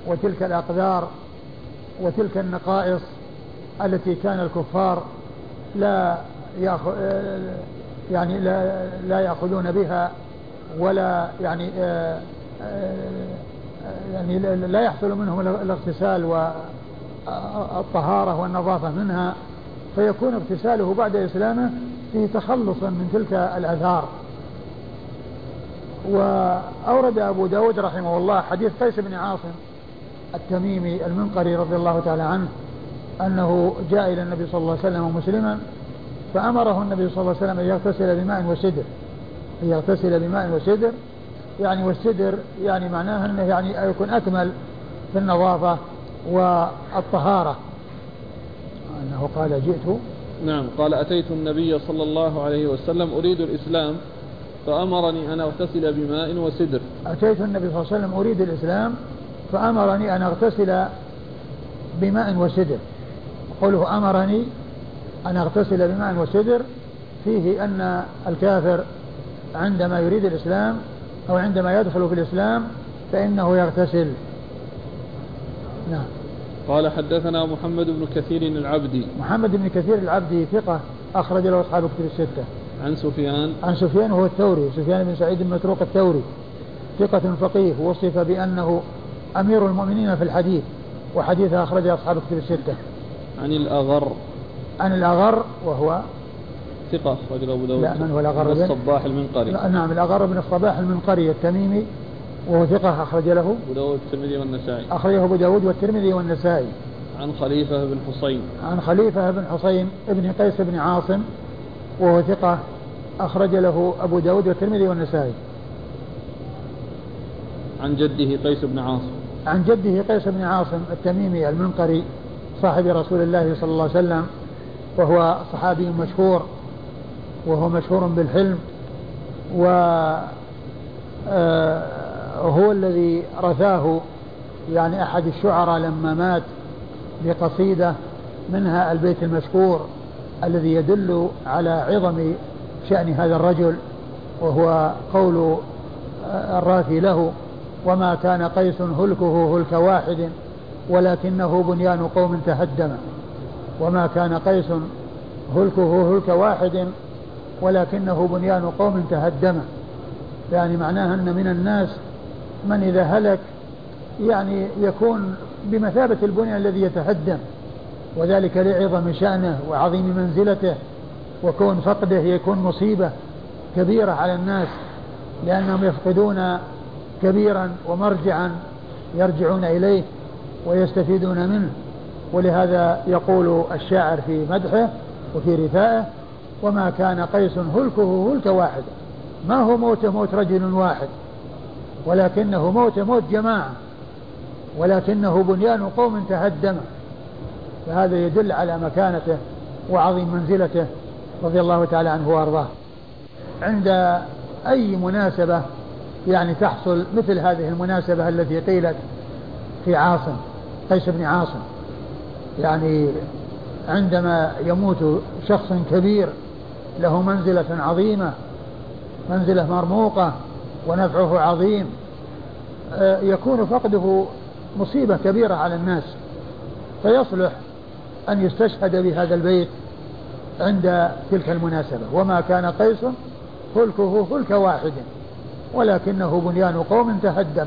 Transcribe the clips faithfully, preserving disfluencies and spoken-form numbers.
وتلك الأقدار وتلك النقائص التي كان الكفار لا يأخذ يعني لا, لا يأخذون بها ولا يعني يعني لا يحصل منهم الاغتسال والطهارة والنظافة منها، فيكون اغتساله بعد إسلامه فيه تخلصا من تلك الآثار. وأورد أبو داود رحمه الله حديث قيس بن عاصم التميمي المنقري رضي الله تعالى عنه أنه جاء إلى النبي صلى الله عليه وسلم مسلما فأمره النبي صلى الله عليه وسلم أن يغتسل بماء وسدر، أن يغتسل بماء وسدر يعني والسدر يعني معناه أنه يعني يكون أكمل في النظافة والطهارة. أنه قال جئت نعم قال أتيت النبي صلى الله عليه وسلم أريد الإسلام فأمرني أن أغتسل بماء وسدر. أتيت النبي صلى الله عليه وسلم أريد الإسلام فأمرني أن أغتسل بماء وسدر. قوله أمرني أن أغتسل بماء وسدر فيه أن الكافر عندما يريد الإسلام أو عندما يدخل في الإسلام فإنه يغتسل. نعم. قال حدثنا محمد بن كثير العبدي. محمد بن كثير العبدي ثقة أخرج له أصحاب كتب الستة. عن سفيان. عن سفيان هو الثوري، سفيان بن سعيد المتروك الثوري ثقة فقيه وصف بأنه أمير المؤمنين في الحديث وحديثه أخرج أصحاب كتب الستة. عن الأغر. عن الأغر وهو ثقة أخرج له أبو داود. لا من هو الأغر بن الصباح المنقري. نعم الأغر بن الصباح المنقري التميمي وهو ثقة أخرج له أبو داود والترمذي والنسائي. أخرجه أبو داود والترمذي والنسائي. عن خليفة بن حسين. عن خليفة بن حسين ابن قيس بن عاصم وهو ثقة أخرج له أبو داود والترمذي والنسائي. عن جده قيس بن عاصم. عن جده قيس بن عاصم التميمي المنقري صاحب رسول الله صلى الله عليه وسلم وهو صحابي مشهور وهو مشهور بالحلم وهو الذي رثاه يعني أحد الشعراء لما مات بقصيدة منها البيت المشهور الذي يدل على عظم شأن هذا الرجل وهو قول الراثي له وما كان قيس هلكه هلك واحد ولكنه بنيان قوم تهدم. وما كان قيس هلكه هلك واحد ولكنه بنيان قوم تهدم، يعني معناها أن من الناس من إذا هلك يعني يكون بمثابة البنيان الذي يتهدم، وذلك لعظم شأنه وعظيم منزلته، وكون فقده يكون مصيبة كبيرة على الناس لأنهم يفقدون كبيرا ومرجعا يرجعون إليه ويستفيدون منه. ولهذا يقول الشاعر في مدحه وفي رثائه وما كان قيس هلكه هلك واحد، ما هو موت موت رجل واحد ولكنه موت موت جماعة ولكنه بنيان قوم تهدم. فهذا يدل على مكانته وعظيم منزلته رضي الله تعالى عنه وارضاه. عند أي مناسبة يعني تحصل مثل هذه المناسبة التي قيلت في عاصم قيس بن عاصم، يعني عندما يموت شخص كبير له منزلة عظيمة منزلة مرموقة ونفعه عظيم يكون فقده مصيبة كبيرة على الناس، فيصلح أن يستشهد بهذا البيت عند تلك المناسبة. وما كان قيس هلكه هلك واحد ولكنه بنيان قوم تهدم.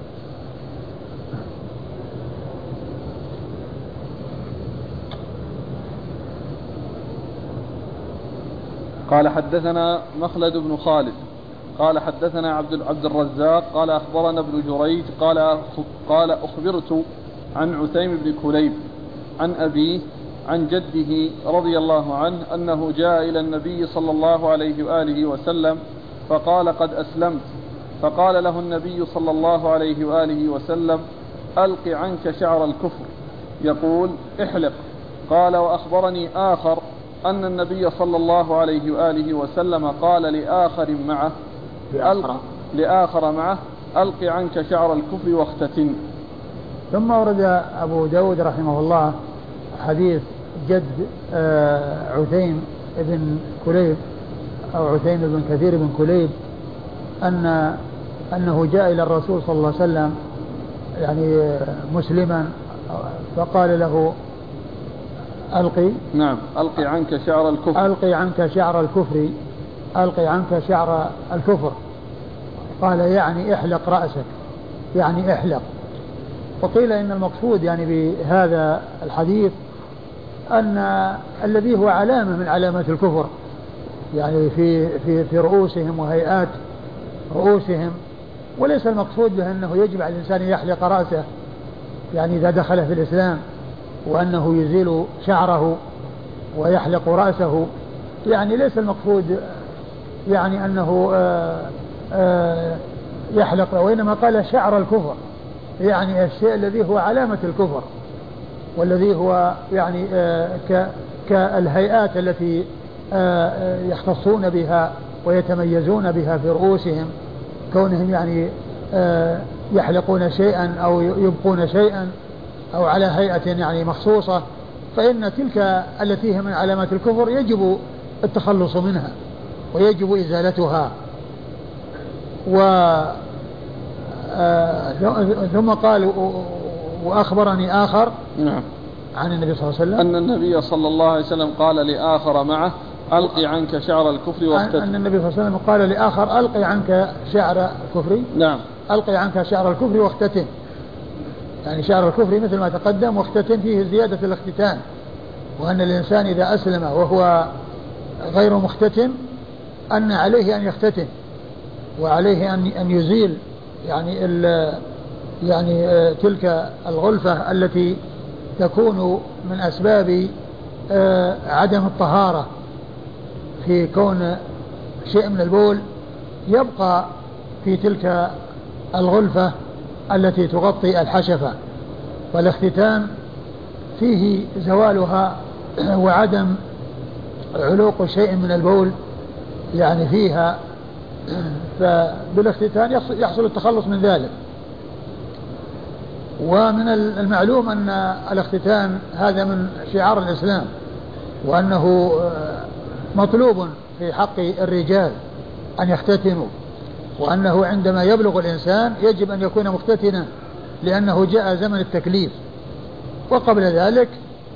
قال حدثنا مخلد بن خالد قال حدثنا عبد عبد الرزاق قال أخبرنا ابن جريج قال قال أخبرت عن عثيم بن كليب عن أبيه عن جده رضي الله عنه أنه جاء إلى النبي صلى الله عليه وآله وسلم فقال قد أسلمت، فقال له النبي صلى الله عليه وآله وسلم ألق عنك شعر الكفر، يقول احلق. قال وأخبرني آخر أن النبي صلى الله عليه وآله وسلم قال لآخر معه ألق لآخر معه ألق عنك شعر الكفر واختتن. ثم ورد أبو داود رحمه الله حديث جد عثيم بن كليب أو عثيم بن كثير بن كليب أن أنه جاء إلى الرسول صلى الله عليه وسلم يعني مسلما فقال له ألقي نعم ألقي عنك شعر الكفر ألقي عنك شعر الكفر ألقي عنك شعر الكفر قال يعني احلق رأسك يعني احلق. وقيل إن المقصود يعني بهذا الحديث أن الذي هو علامة من علامات الكفر يعني في في في رؤوسهم وهيئات رؤوسهم، وليس المقصود به أنه يجب على الإنسان يحلق رأسه يعني إذا دخل في الإسلام وأنه يزيل شعره ويحلق رأسه، يعني ليس المقصود يعني أنه آآ آآ يحلق، وإنما قال شعر الكفر يعني الشيء الذي هو علامة الكفر والذي هو يعني كالهيئات التي يختصون بها ويتميزون بها في رؤوسهم، كونهم يعني يحلقون شيئا أو يبقون شيئا أو على هيئة يعني مخصوصة، فإن تلك التي هي من علامات الكفر يجب التخلص منها ويجب إزالتها. و ثم قال وأخبرني آخر نعم عن النبي صلى الله عليه وسلم أن النبي صلى الله عليه وسلم قال لآخر معه ألقي عنك شعر الكفر واختتم. أن النبي صلى الله عليه وسلم قال لآخر ألقي عنك شعر الكفر نعم ألقي عنك شعر الكفر واختتم، يعني شعر الكفر مثل ما تقدم، واختتم فيه زيادة الاختتان، وأن الإنسان إذا أسلم وهو غير مختتم أن عليه أن يختتم وعليه أن أن يزيل يعني ال يعني تلك الغلفة التي تكون من أسباب عدم الطهارة في كون شيء من البول يبقى في تلك الغلفة التي تغطي الحشفة، والاختتان فيه زوالها وعدم علوق شيء من البول يعني فيها، فبالاختتان يحصل التخلص من ذلك. ومن المعلوم أن الاختتان هذا من شعار الإسلام، وأنه مطلوب في حق الرجال أن يختتنوا، وأنه عندما يبلغ الإنسان يجب أن يكون مختتنا لأنه جاء زمن التكليف، وقبل ذلك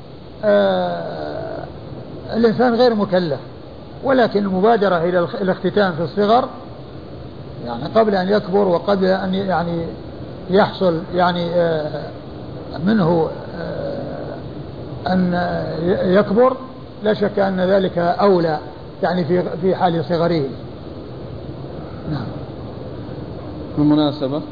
آه الإنسان غير مكلف، ولكن المبادرة إلى الاختتان في الصغر يعني قبل أن يكبر وقبل أن يعني يحصل يعني آه منه آه أن يكبر، لا شك أن ذلك أولى يعني في في حال صغره. نعم. بالمناسبة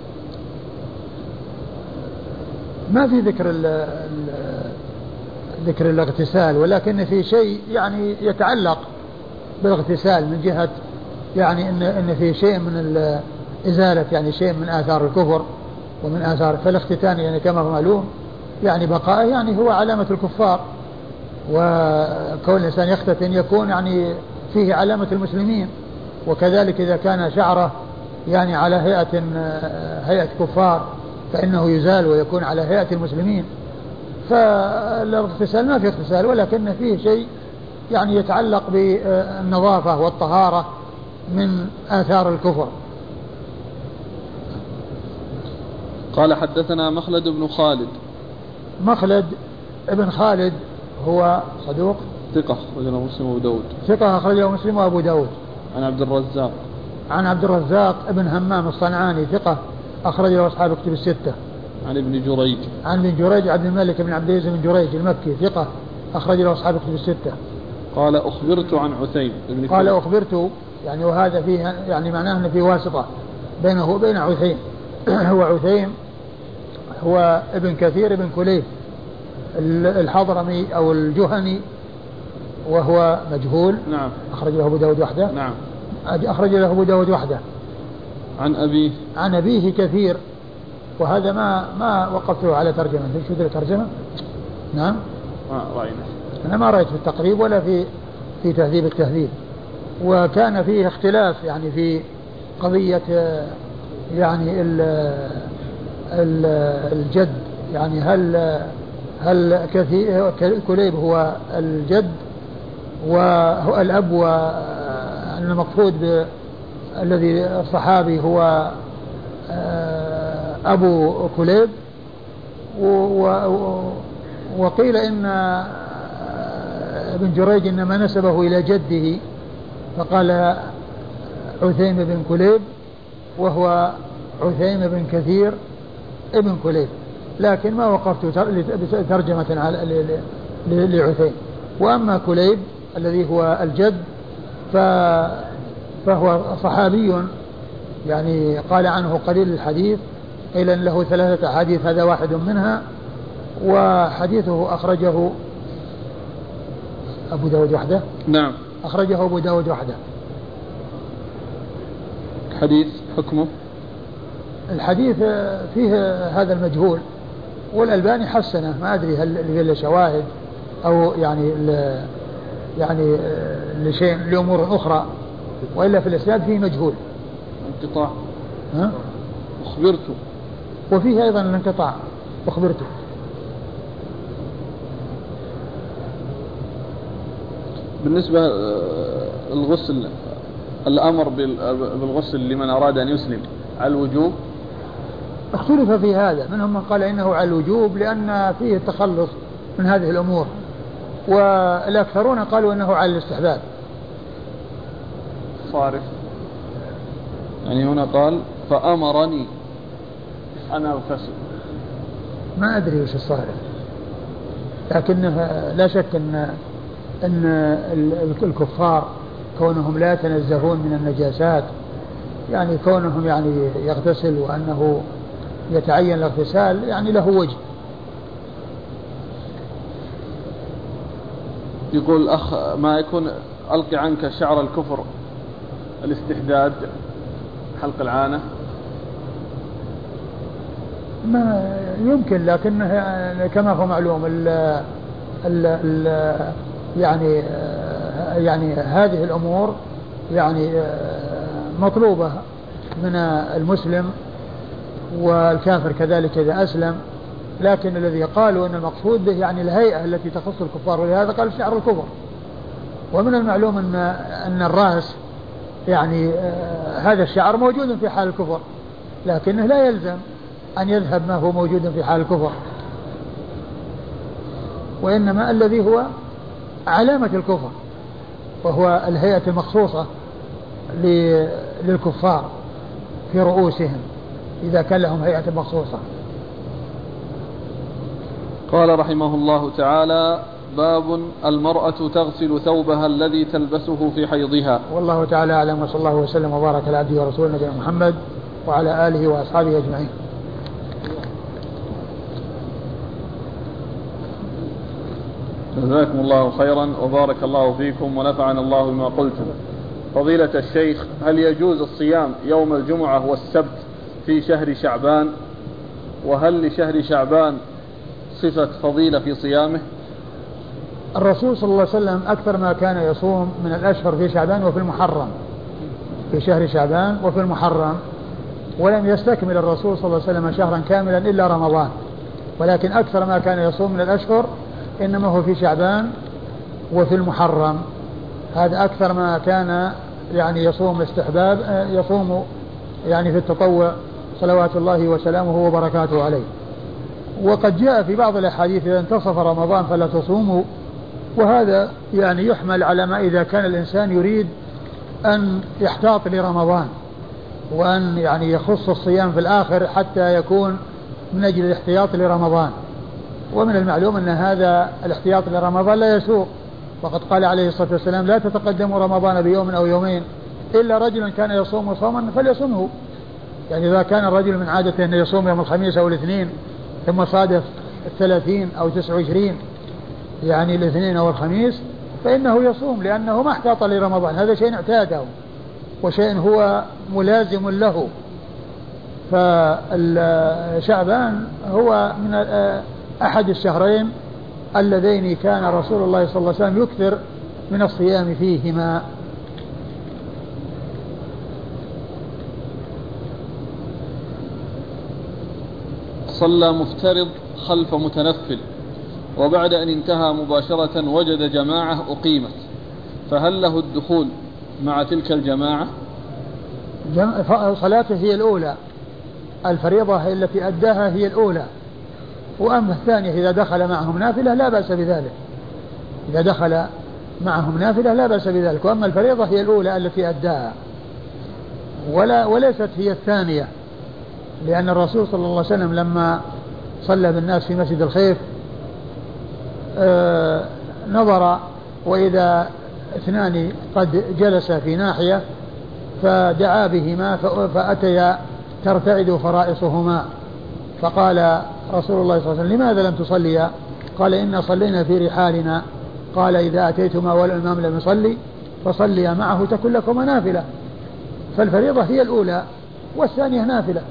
ما في ذكر ال ال ذكر الاغتسال، ولكن في شيء يعني يتعلق بالاغتسال من جهة يعني ان ان في شيء من ازالة يعني شيء من آثار الكفر ومن آثار، فالاختتان يعني كما هو معلوم يعني بقاء يعني هو علامة الكفار، وكون الإنسان يختتن يكون يعني فيه علامة المسلمين، وكذلك إذا كان شعره يعني على هيئة هيئة كفار فإنه يزال ويكون على هيئة المسلمين. فالاغتسال ما فيه اغتسال، ولكن فيه شيء يعني يتعلق بالنظافة والطهارة من آثار الكفر. قال حدثنا مخلد بن خالد. مخلد ابن خالد هو صدوق ثقة أخرجه مسلم وأبو داود. ثقة أخرجه مسلم وأبو داود. عن عبد الرزاق. عن عبد الرزاق ابن همام الصنعاني ثقة أخرجه أصحاب كتب الستة. عن ابن جريج. عن ابن جريج عبد الملك بن عبد العزيز بن جريج المكي ثقة أخرجه أصحاب كتب الستة. قال أخبرت عن عثيم. قال أخبرت يعني وهذا فيه يعني معناه أن في واسطة بينه وبين عثيم. هو عثيم هو ابن كثير ابن كليب الحضرمي أو الجهني، وهو مجهول. نعم. أخرج له أبو داود وحده. نعم. أخرج له أبو داود وحده. عن أبيه. عن أبيه كثير، وهذا ما ما وقفته على ترجمة. شو ذي الترجمة؟ نعم. ما رأينا. أنا ما رأيت في التقريب ولا في في تهذيب التهذيب، وكان فيه اختلاف يعني في قضية يعني ال ال الجد، يعني هل هل كثير كليب هو الجد وهو الأب، وأن المقصود الذي الصحابي هو أبو كليب، وقيل إن ابن جريج إنما نسبه إلى جده فقال عثيم بن كليب، وهو عثيم بن كثير ابن كليب، لكن ما وقفت ترجمة لعثيم. وأما كليب الذي هو الجد فهو صحابي، يعني قال عنه قليل الحديث، قيل أن له ثلاثة أحاديث هذا واحد منها، وحديثه أخرجه أبو داود وحده. نعم، أخرجه أبو داود وحده. حديث حكمه الحديث فيه هذا المجهول، والألباني حسنه، ما أدري هل له شواهد أو يعني يعني لشيء لأمور أخرى، وإلا في الإسناد فيه مجهول انقطاع. ها؟ أخبرته، وفيه أيضا الانقطاع أخبرته. بالنسبة الغسل، الأمر بالغسل لمن أراد أن يسلم على الوجوب، اختلف في هذا، منهم من قال إنه على الوجوب لأن فيه التخلص من هذه الأمور، والأكثرون قالوا إنه على الاستحباب. صارف يعني هنا قال فأمرني أنا أغتسل، ما أدري وش الصارف، لكنه لا شك أن أن الكفار كونهم لا يتنزهون من النجاسات، يعني كونهم يعني يغتسل وأنه يتعين الاغتسال يعني له وجه. يقول أخ ما يكون ألقي عنك شعر الكفر الاستحداد حلق العانة، ما يمكن، لكنه كما هو معلوم ال ال ال يعني يعني هذه الأمور يعني مطلوبة من المسلم والكافر كذلك إذا أسلم، لكن الذي قالوا أن المقصود به يعني الهيئة التي تخص الكفار، ولهذا قال شعر الكفر. ومن المعلوم أن أن الرأس يعني هذا الشعر موجود في حال الكفر، لكنه لا يلزم أن يذهب ما هو موجود في حال الكفر، وإنما الذي هو علامة الكفر وهو الهيئة المخصوصة للكفار في رؤوسهم إذا كان لهم هيئة مخصوصة. قال رحمه الله تعالى: باب المرأة تغسل ثوبها الذي تلبسه في حيضها. والله تعالى أعلم، وصلى الله وسلم وبارك على عبده ورسوله نبينا محمد وعلى آله وأصحابه أجمعين. جزاكم الله خيرا وبارك الله فيكم ونفعنا الله بما قلتم. فضيلة الشيخ، هل يجوز الصيام يوم الجمعة والسبت في شهر شعبان؟ وهل لشهر شعبان صفة فضيلة في صيامه؟ الرسول صلى الله عليه وسلم أكثر ما كان يصوم من الأشهر في شعبان وفي المحرم، في شهر شعبان وفي المحرم، ولم يستكمل الرسول صلى الله عليه وسلم شهرا كاملا إلا رمضان، ولكن أكثر ما كان يصوم من الأشهر إنما هو في شعبان وفي المحرم. هذا أكثر ما كان يعني يصوم استحباب، يصوم يعني في التطوع صلوات الله وسلامه وبركاته عليه. وقد جاء في بعض الأحاديث إذا انتصف رمضان فلا تصوموا، وهذا يعني يحمل على ما إذا كان الإنسان يريد أن يحتاط لرمضان وأن يعني يخص الصيام في الآخر حتى يكون من أجل الاحتياط لرمضان. ومن المعلوم أن هذا الاحتياط لرمضان لا يسوق، وقد قال عليه الصلاة والسلام: لا تتقدموا رمضان بيوم أو يومين إلا رجل كان يصوم صوما فليصمه. يعني إذا كان الرجل من عادته أن يصوم يوم الخميس أو الاثنين ثم صادف الثلاثين أو تسع وعشرين يعني الاثنين أو الخميس فإنه يصوم، لأنه ما احتاط لرمضان، هذا شيء اعتاده وشيء هو ملازم له. فالشعبان هو من أحد الشهرين اللذين كان رسول الله صلى الله عليه وسلم يكثر من الصيام فيهما. صلى مفترض خلف متنفل، وبعد أن انتهى مباشرة وجد جماعة أقيمت، فهل له الدخول مع تلك الجماعة؟ صلاته هي الأولى، الفريضة التي أداها هي الأولى، وأما الثانية إذا دخل معهم نافلة لا بأس بذلك، إذا دخل معهم نافلة لا بأس بذلك، وأما الفريضة هي الأولى التي أداها ولا وليست هي الثانية، لأن الرسول صلى الله عليه وسلم لما صلى بالناس في مسجد الخيف آه نظر وإذا اثنان قد جلس في ناحية فدعا بهما فأتيا ترتعد فرائصهما، فقال رسول الله صلى الله عليه وسلم لماذا لم تصليا؟ قال إنا صلينا في رحالنا. قال إذا أتيتما والإمام لم يصلي فصليا معه تكن لكما نافلة، فالفريضة هي الأولى والثانية نافلة.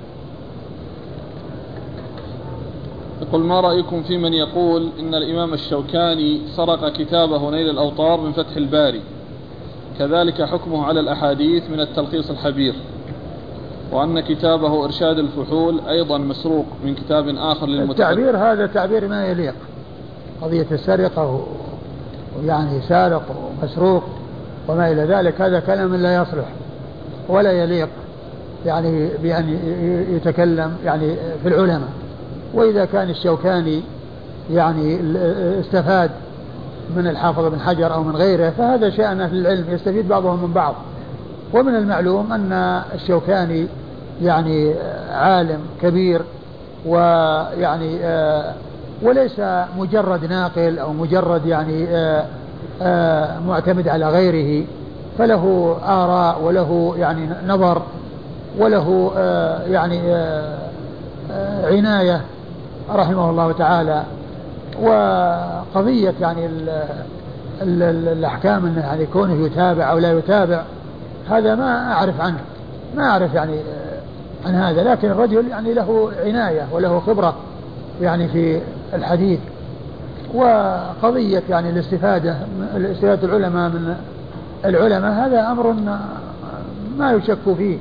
يقول ما رأيكم في من يقول إن الإمام الشوكاني سرق كتابه نيل الأوطار من فتح الباري، كذلك حكمه على الأحاديث من التلخيص الحبير، وأن كتابه إرشاد الفحول أيضا مسروق من كتاب آخر للمتقدم؟ التعبير هذا تعبير ما يليق، قضية السرقة ويعني سارق ومسروق وما إلى ذلك هذا كلام لا يصلح ولا يليق يعني بأن يتكلم يعني في العلماء. وإذا كان الشوكاني يعني استفاد من الحافظ بن حجر أو من غيره فهذا شأن أهل العلم، يستفيد بعضهم من بعض. ومن المعلوم أن الشوكاني يعني عالم كبير ويعني وليس مجرد ناقل أو مجرد يعني معتمد على غيره، فله آراء وله يعني نظر وله يعني عناية رحمه الله تعالى. وقضية يعني ال ال ال الأحكام أنه يعني كونه يتابع أو لا يتابع هذا ما أعرف عنه، ما أعرف يعني عن هذا، لكن الرجل يعني له عناية وله خبرة يعني في الحديث. وقضية يعني الاستفادة الاستفادة العلماء من العلماء هذا أمر ما يشك فيه،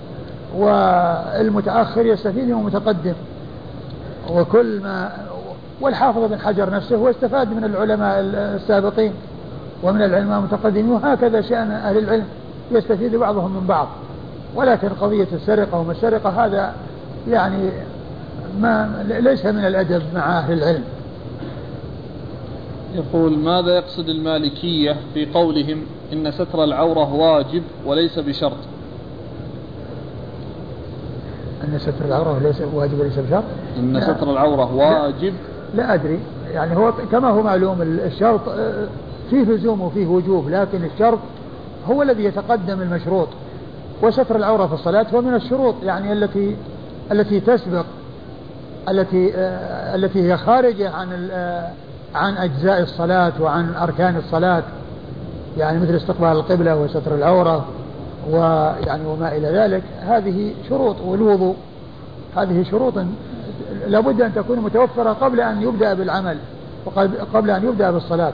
والمتأخر يستفيد من المتقدم، وكل ما والحافظ بن حجر نفسه هو استفاد من العلماء السابقين ومن العلماء المتقدمين، وهكذا شأن أهل العلم يستفيد بعضهم من بعض. ولكن قضية السرقة وما السرقة هذا يعني ما ليس من الأدب مع أهل العلم. يقول ماذا يقصد المالكية في قولهم إن ستر العورة واجب وليس بشرط؟ أن ستر العورة ليس واجب وليس بشرط؟ إن ستر العورة واجب لا, لا أدري، يعني هو كما هو معلوم الشرط فيه لزوم وفيه وجوب، لكن الشرط هو الذي يتقدم المشروط، وستر العورة في الصلاة هو من الشروط يعني التي التي تسبق التي التي هي خارجة عن عن أجزاء الصلاة وعن أركان الصلاة، يعني مثل استقبال القبلة وستر العورة ويعني وما إلى ذلك، هذه شروط. والوضوء هذه شروط لابد أن تكون متوفرة قبل أن يبدأ بالعمل وقبل أن يبدأ بالصلاة.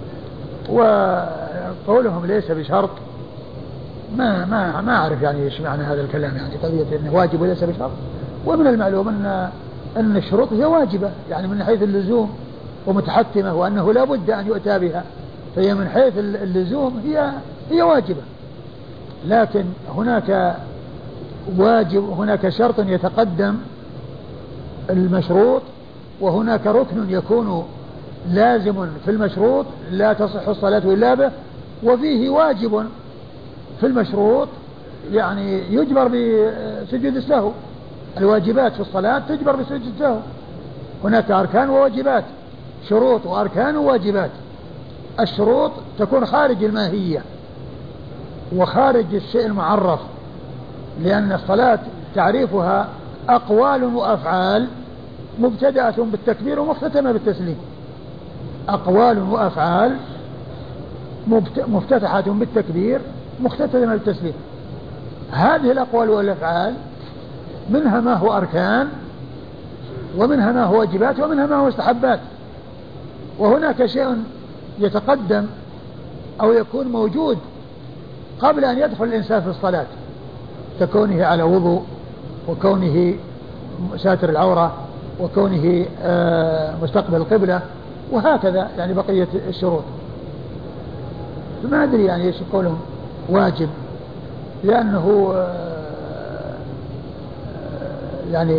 وقولهم ليس بشرط ما ما ما أعرف يعني إيش معنى هذا الكلام، يعني قضية أنه واجب وليس بشرط. ومن المعلوم أن أن الشروط هي واجبة يعني من حيث اللزوم ومتحتمة، وأنه لا بد أن يؤتى بها، فهي من حيث اللزوم هي هي واجبة. لكن هناك واجب هناك شرط يتقدم المشروط، وهناك ركن يكون لازم في المشروط لا تصح الصلاة إلا به، وفيه واجب في المشروط يعني يجبر بسجود السهو. الواجبات في الصلاة تجبر بسجود السهو. هناك أركان وواجبات، شروط وأركان وواجبات. الشروط تكون خارج الماهية وخارج الشيء المعرف، لأن الصلاة تعريفها أقوال وأفعال مبتدأة بالتكبير ومختتمة بالتسليم. أقوال وأفعال مفتتحة بالتكبير مختتمة بالتسليم. هذه الأقوال والأفعال منها ما هو أركان ومنها ما هو واجبات ومنها ما هو مستحبات. وهناك شيء يتقدم أو يكون موجود قبل أن يدخل الإنسان في الصلاة، ككونه على وضوء وكونه ساتر العورة وكونه مستقبل القبلة وهكذا، يعني بقية الشروط. فما أدري يعني إيش قولهم واجب، لأنه يعني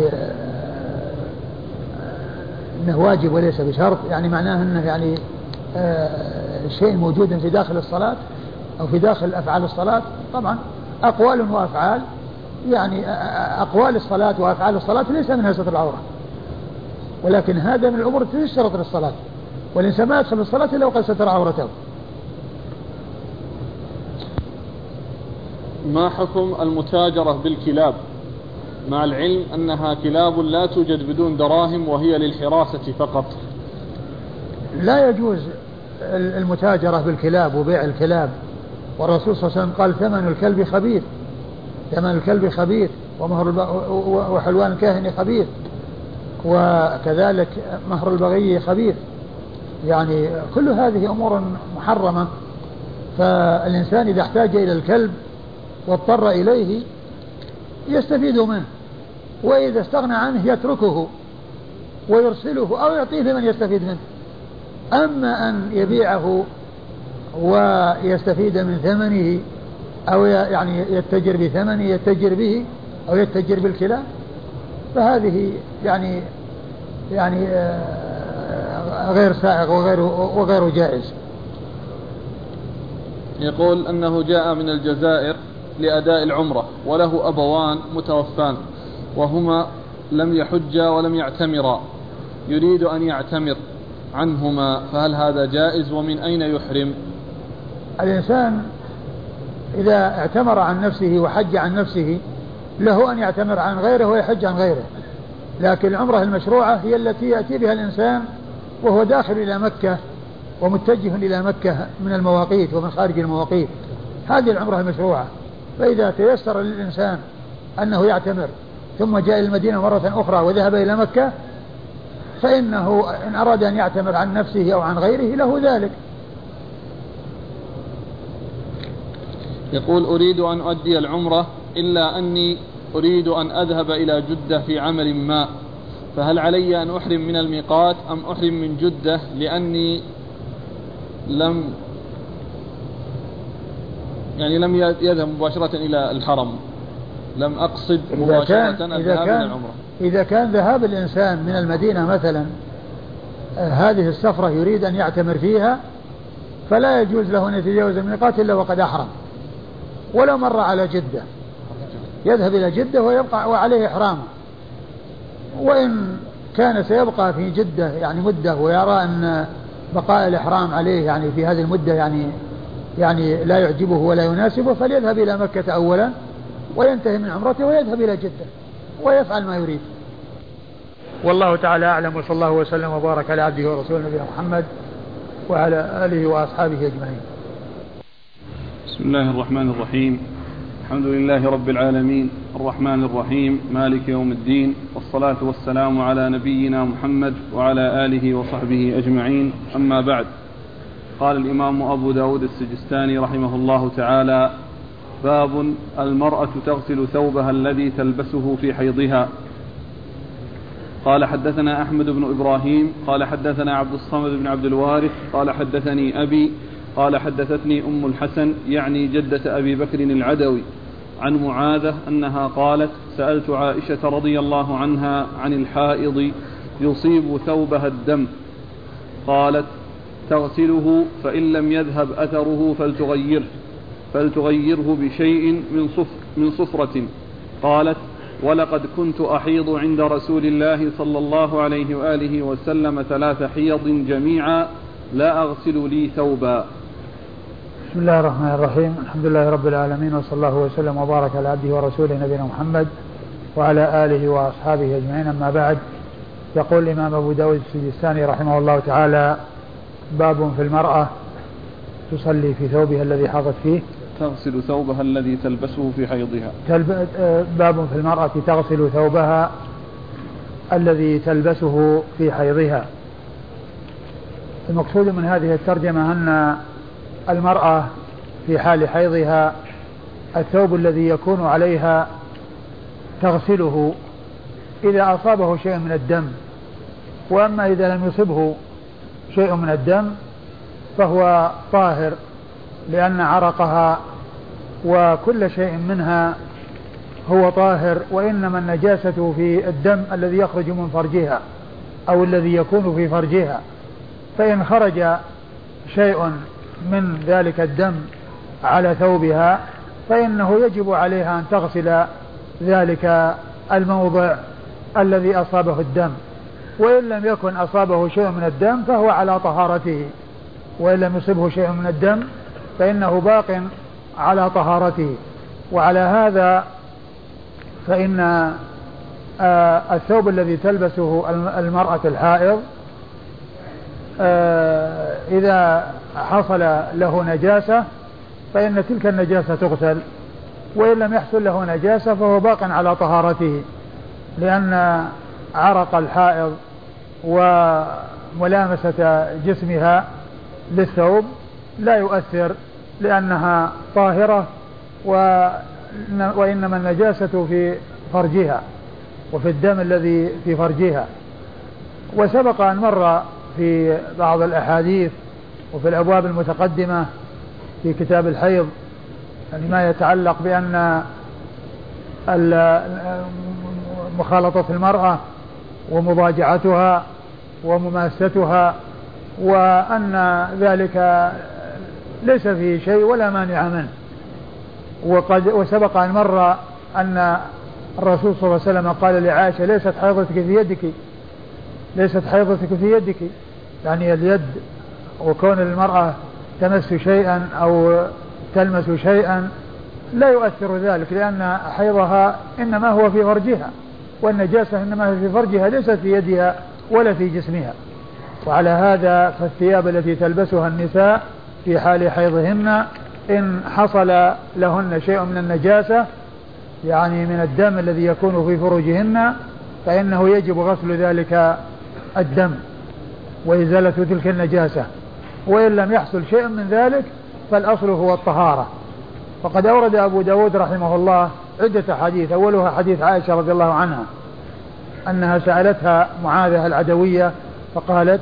أنه واجب وليس بشرط، يعني معناه أنه يعني شيء موجود في داخل الصلاة أو في داخل أفعال الصلاة. طبعا أقوال وأفعال، يعني أقوال الصلاة وأفعال الصلاة ليس منها ستر العورة، ولكن هذا من الأمور التي تشترط للصلاة، والإنسان ما يدخل الصلاة إلا وقد ستر عورته. ما حكم المتاجرة بالكلاب مع العلم أنها كلاب لا توجد بدون دراهم وهي للحراسة فقط؟ لا يجوز المتاجرة بالكلاب وبيع الكلاب، والرسول صلى الله عليه وسلم قال ثمن الكلب خبيث، ثمن الكلب خبيث ومهر وحلوان الكاهن خبيث، وكذلك مهر البغي خبيث، يعني كل هذه أمور محرمة. فالإنسان إذا احتاج إلى الكلب واضطر إليه يستفيد منه، وإذا استغنى عنه يتركه ويرسله أو يعطيه لمن يستفيد منه. أما أن يبيعه ويستفيد من ثمنه أو يعني يتجر بثمنه يتجر به أو يتجر بالكلاب، فهذه يعني يعني غير سائغ وغير وغير جائز. يقول أنه جاء من الجزائر لأداء العمرة وله أبوان متوفان وهما لم يحجا ولم يعتمرا، يريد أن يعتمر عنهما، فهل هذا جائز ومن أين يحرم؟ الإنسان إذا اعتمر عن نفسه وحج عن نفسه له أن يعتمر عن غيره ويحج عن غيره، لكن العمرة المشروعة هي التي يأتي بها الإنسان وهو داخل إلى مكة ومتجه إلى مكة من المواقيت ومن خارج المواقيت، هذه العمرة المشروعة. فإذا تيسر للإنسان أنه يعتمر ثم جاء إلى المدينة مرة أخرى وذهب إلى مكة، فإنه إن أراد أن يعتمر عن نفسه أو عن غيره له ذلك. يقول أريد أن أؤدي العمرة إلا أني أريد أن أذهب إلى جدة في عمل ما، فهل علي أن أحرم من الميقات أم أحرم من جدة لأني لم يعني لم يذهب مباشرة إلى الحرم، لم أقصد مباشرة الذهاب إلى العمرة؟ إذا كان ذهاب الإنسان من المدينة مثلا آه هذه السفرة يريد أن يعتمر فيها، فلا يجوز له أن يتجاوز الميقات إلا وقد أحرم، ولو مر على جدة يذهب إلى جدة ويبقى وعليه إحرام. وإن كان سيبقى في جدة يعني مدة ويرى أن بقاء الإحرام عليه يعني في هذه المدة يعني يعني لا يعجبه ولا يناسبه، فليذهب إلى مكة أولا وينتهي من عمرته ويذهب إلى جدة ويفعل ما يريد. والله تعالى أعلم، وصلى الله وسلم وبارك على عبده ورسوله نبينا محمد وعلى آله وأصحابه أجمعين. بسم الله الرحمن الرحيم، الحمد لله رب العالمين الرحمن الرحيم مالك يوم الدين، والصلاة والسلام على نبينا محمد وعلى آله وصحبه أجمعين، أما بعد. قال الإمام أبو داود السجستاني رحمه الله تعالى: باب المرأة تغسل ثوبها الذي تلبسه في حيضها. قال حدثنا أحمد بن إبراهيم قال حدثنا عبد الصمد بن عبد الوارث قال حدثني أبي قال حدثتني أم الحسن يعني جدة أبي بكر العدوي عن معاذة أنها قالت: سألت عائشة رضي الله عنها عن الحائض يصيب ثوبها الدم، قالت: تغسله فإن لم يذهب أثره فلتغيره فلتغيره بشيء من صفر من صفرة. قالت: ولقد كنت أحيض عند رسول الله صلى الله عليه وآله وسلم ثلاث حيض جميعا لا أغسل لي ثوبا. بسم الله الرحمن الرحيم، الحمد لله رب العالمين، وصلى الله وسلم وبارك على عبده ورسوله نبينا محمد وعلى آله وأصحابه أجمعين، أما بعد. يقول الإمام أبو داود السجستاني رحمه الله تعالى: باب في المرأة تصلي في ثوبها الذي حاضت فيه، تغسل ثوبها الذي تلبسه في حيضها. باب في المرأة تغسل ثوبها الذي تلبسه في حيضها. المقصود من هذه الترجمة أن المرأة في حال حيضها الثوب الذي يكون عليها تغسله إذا أصابه شيء من الدم، وأما إذا لم يصبه شيء من الدم فهو طاهر، لأن عرقها وكل شيء منها هو طاهر، وإنما النجاسة في الدم الذي يخرج من فرجها أو الذي يكون في فرجها، فإن خرج شيء من ذلك الدم على ثوبها فإنه يجب عليها أن تغسل ذلك الموضع الذي أصابه الدم، وإن لم يكن أصابه شيء من الدم فهو على طهارته، وإن لم يصبه شيء من الدم فإنه باق على طهارته. وعلى هذا فإن آه الثوب الذي تلبسه المرأة الحائض آه إذا حصل له نجاسة فإن تلك النجاسة تغسل، وإن لم يحصل له نجاسة فهو باق على طهارته، لأن عرق الحائض وملامسة جسمها للثوب لا يؤثر لأنها طاهرة، وإنما النجاسة في فرجها وفي الدم الذي في فرجها. وسبق أن مر في بعض الأحاديث وفي الأبواب المتقدمة في كتاب الحيض يعني ما يتعلق بأن مخالطة المرأة ومضاجعتها ومماستها وأن ذلك ليس فيه شيء ولا مانع منه. وقد وسبق أن مر أن الرسول صلى الله عليه وسلم قال لعائشة ليست حيضتك في يدك، ليست حيضتك في يدك، يعني اليد، وكون المرأة تمس شيئا أو تلمس شيئا لا يؤثر ذلك، لأن حيضها إنما هو في فرجها، والنجاسة إنما هي في فرجها ليست في يدها ولا في جسمها. وعلى هذا فالثياب التي تلبسها النساء في حال حيضهن إن حصل لهن شيء من النجاسة يعني من الدم الذي يكون في فروجهن فإنه يجب غسل ذلك الدم وإزالة تلك النجاسة، وإن لم يحصل شيء من ذلك فالأصل هو الطهارة. فقد أورد أبو داود رحمه الله عدة حديث، أولها حديث عائشة رضي الله عنها أنها سألتها معاذة العدوية فقالت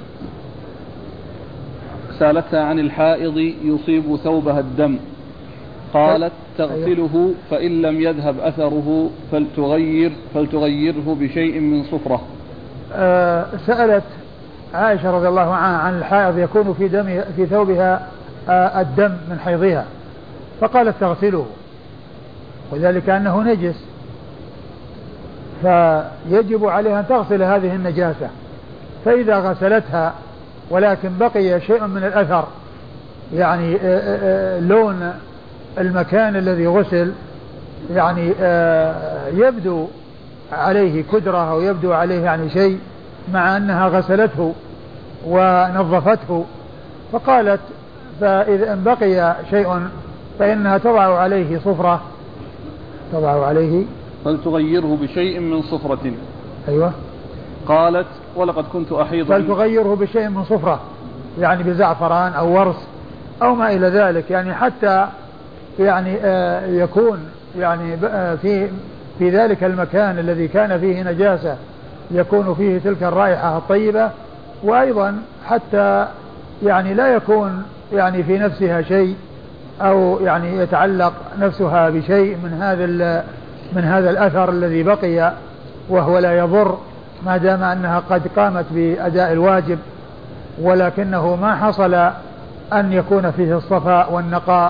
سألتها عن الحائض يصيب ثوبها الدم، قالت تغسله فإن لم يذهب أثره فلتغير فلتغيره بشيء من صفرة. أه سألت عائشة رضي الله عنها عن الحائض يكون في دم في ثوبها أه الدم من حيضها، فقالت تغسله، وذلك أنه نجس فيجب عليها أن تغسل هذه النجاسة. فإذا غسلتها ولكن بقي شيء من الأثر يعني آآ آآ لون المكان الذي غسل يعني يبدو عليه كدرة أو يبدو عليه يعني شيء مع أنها غسلته ونظفته، فقالت فإذا ان بقي شيء فإنها تضع عليه صفرة، تضع عليه فلتغيره بشيء من صفرة. أيوة. قالت ولقد كنت أحيض فلتغيره بشيء من صفرة يعني بزعفران أو ورس أو ما إلى ذلك، يعني حتى يعني آه يكون يعني آه في في ذلك المكان الذي كان فيه نجاسة يكون فيه تلك الرائحة الطيبة، وأيضا حتى يعني لا يكون يعني في نفسها شيء أو يعني يتعلق نفسها بشيء من هذا من هذا الأثر الذي بقي، وهو لا يضر ما دام أنها قد قامت بأداء الواجب، ولكنه ما حصل أن يكون فيه الصفاء والنقاء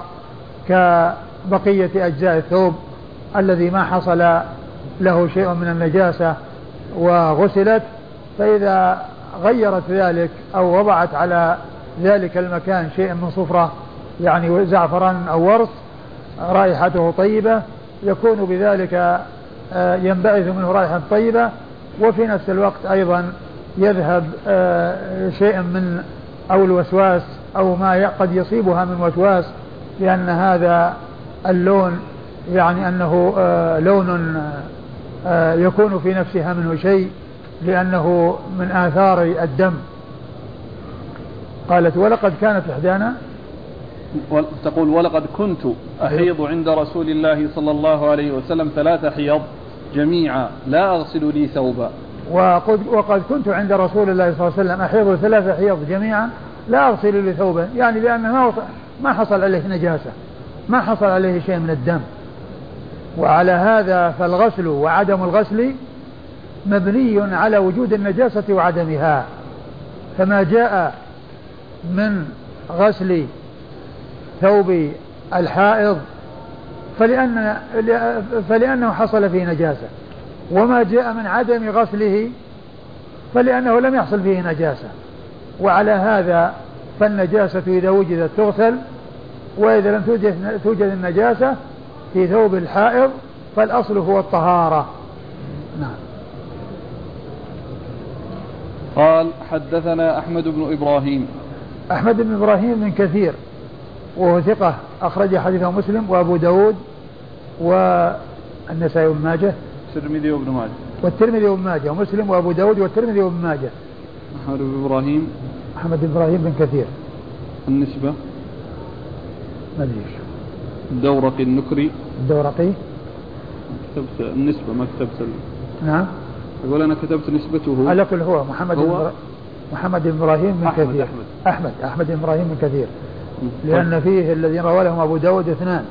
كبقية أجزاء الثوب الذي ما حصل له شيء من النجاسة وغسلت. فإذا غيرت ذلك أو وضعت على ذلك المكان شيء من صفرة يعني زعفران أو ورس رائحته طيبة يكون بذلك ينبعث منه رائحة طيبة، وفي نفس الوقت أيضا يذهب شيء من أو الوسواس أو ما قد يصيبها من وسواس، لأن هذا اللون يعني أنه لون يكون في نفسها منه شيء لأنه من آثار الدم. قالت ولقد كانت إحدانا تقول ولقد كنت أحيض عند رسول الله صلى الله عليه وسلم ثلاث حيض جميعا لا أغسل لي ثوبا. وقد, وقد كنت عند رسول الله صلى الله عليه وسلم أحيض ثلاث حيض جميعا لا أغسل لي ثوبا، يعني لأنه ما حصل عليه نجاسة، ما حصل عليه شيء من الدم. وعلى هذا فالغسل وعدم الغسل مبني على وجود النجاسة وعدمها، فما جاء من غسل ثوب الحائض فلأن فلأنه حصل فيه نجاسة، وما جاء من عدم غسله فلأنه لم يحصل فيه نجاسة. وعلى هذا فالنجاسة إذا وجدت تغسل، وإذا لم توجد, توجد النجاسة في ثوب الحائض فالأصل هو الطهارة. نعم. قال حدثنا أحمد بن إبراهيم. أحمد بن إبراهيم من كثير وهو ثقة أخرج حديثه مسلم وأبو داود والنسائي وابن ماجه والترمذي وابن ماجه والترمذي وابن ماجه ومسلم وأبو داود والترمذي وابن ماجه. أحمد بن إبراهيم. أحمد بن إبراهيم بن كثير. النسبة ما أدري ايش. الدورقي النكري. الدورقي. كتبت النسبة ما كتبت ال... نعم. أقول أنا كتبت نسبته. على كل هو محمد هو بن محمد بن إبراهيم من أحمد كثير. أحمد أحمد أحمد بن إبراهيم من كثير. لأن فيه الذين روى لهم أبو داود اثنان،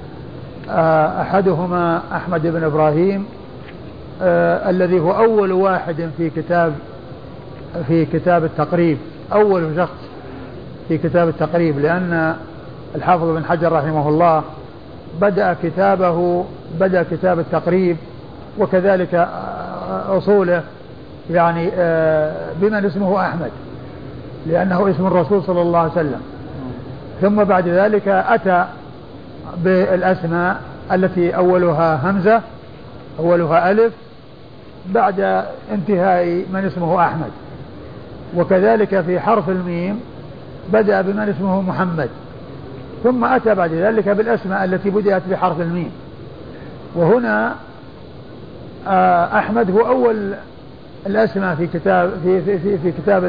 أحدهما أحمد بن إبراهيم آه الذي هو أول واحد في كتاب في كتاب التقريب، أول شخص في كتاب التقريب، لأن الحافظ بن حجر رحمه الله بدأ كتابه بدأ كتاب التقريب وكذلك أصوله يعني آه بمن اسمه أحمد، لأنه اسم الرسول صلى الله عليه وسلم. ثم بعد ذلك أتى بالأسماء التي أولها همزة أولها ألف بعد انتهاء من اسمه أحمد، وكذلك في حرف الميم بدأ بمن اسمه محمد، ثم أتى بعد ذلك بالأسماء التي بدأت بحرف الميم. وهنا أحمد هو أول الأسماء في كتاب في في في, في كتاب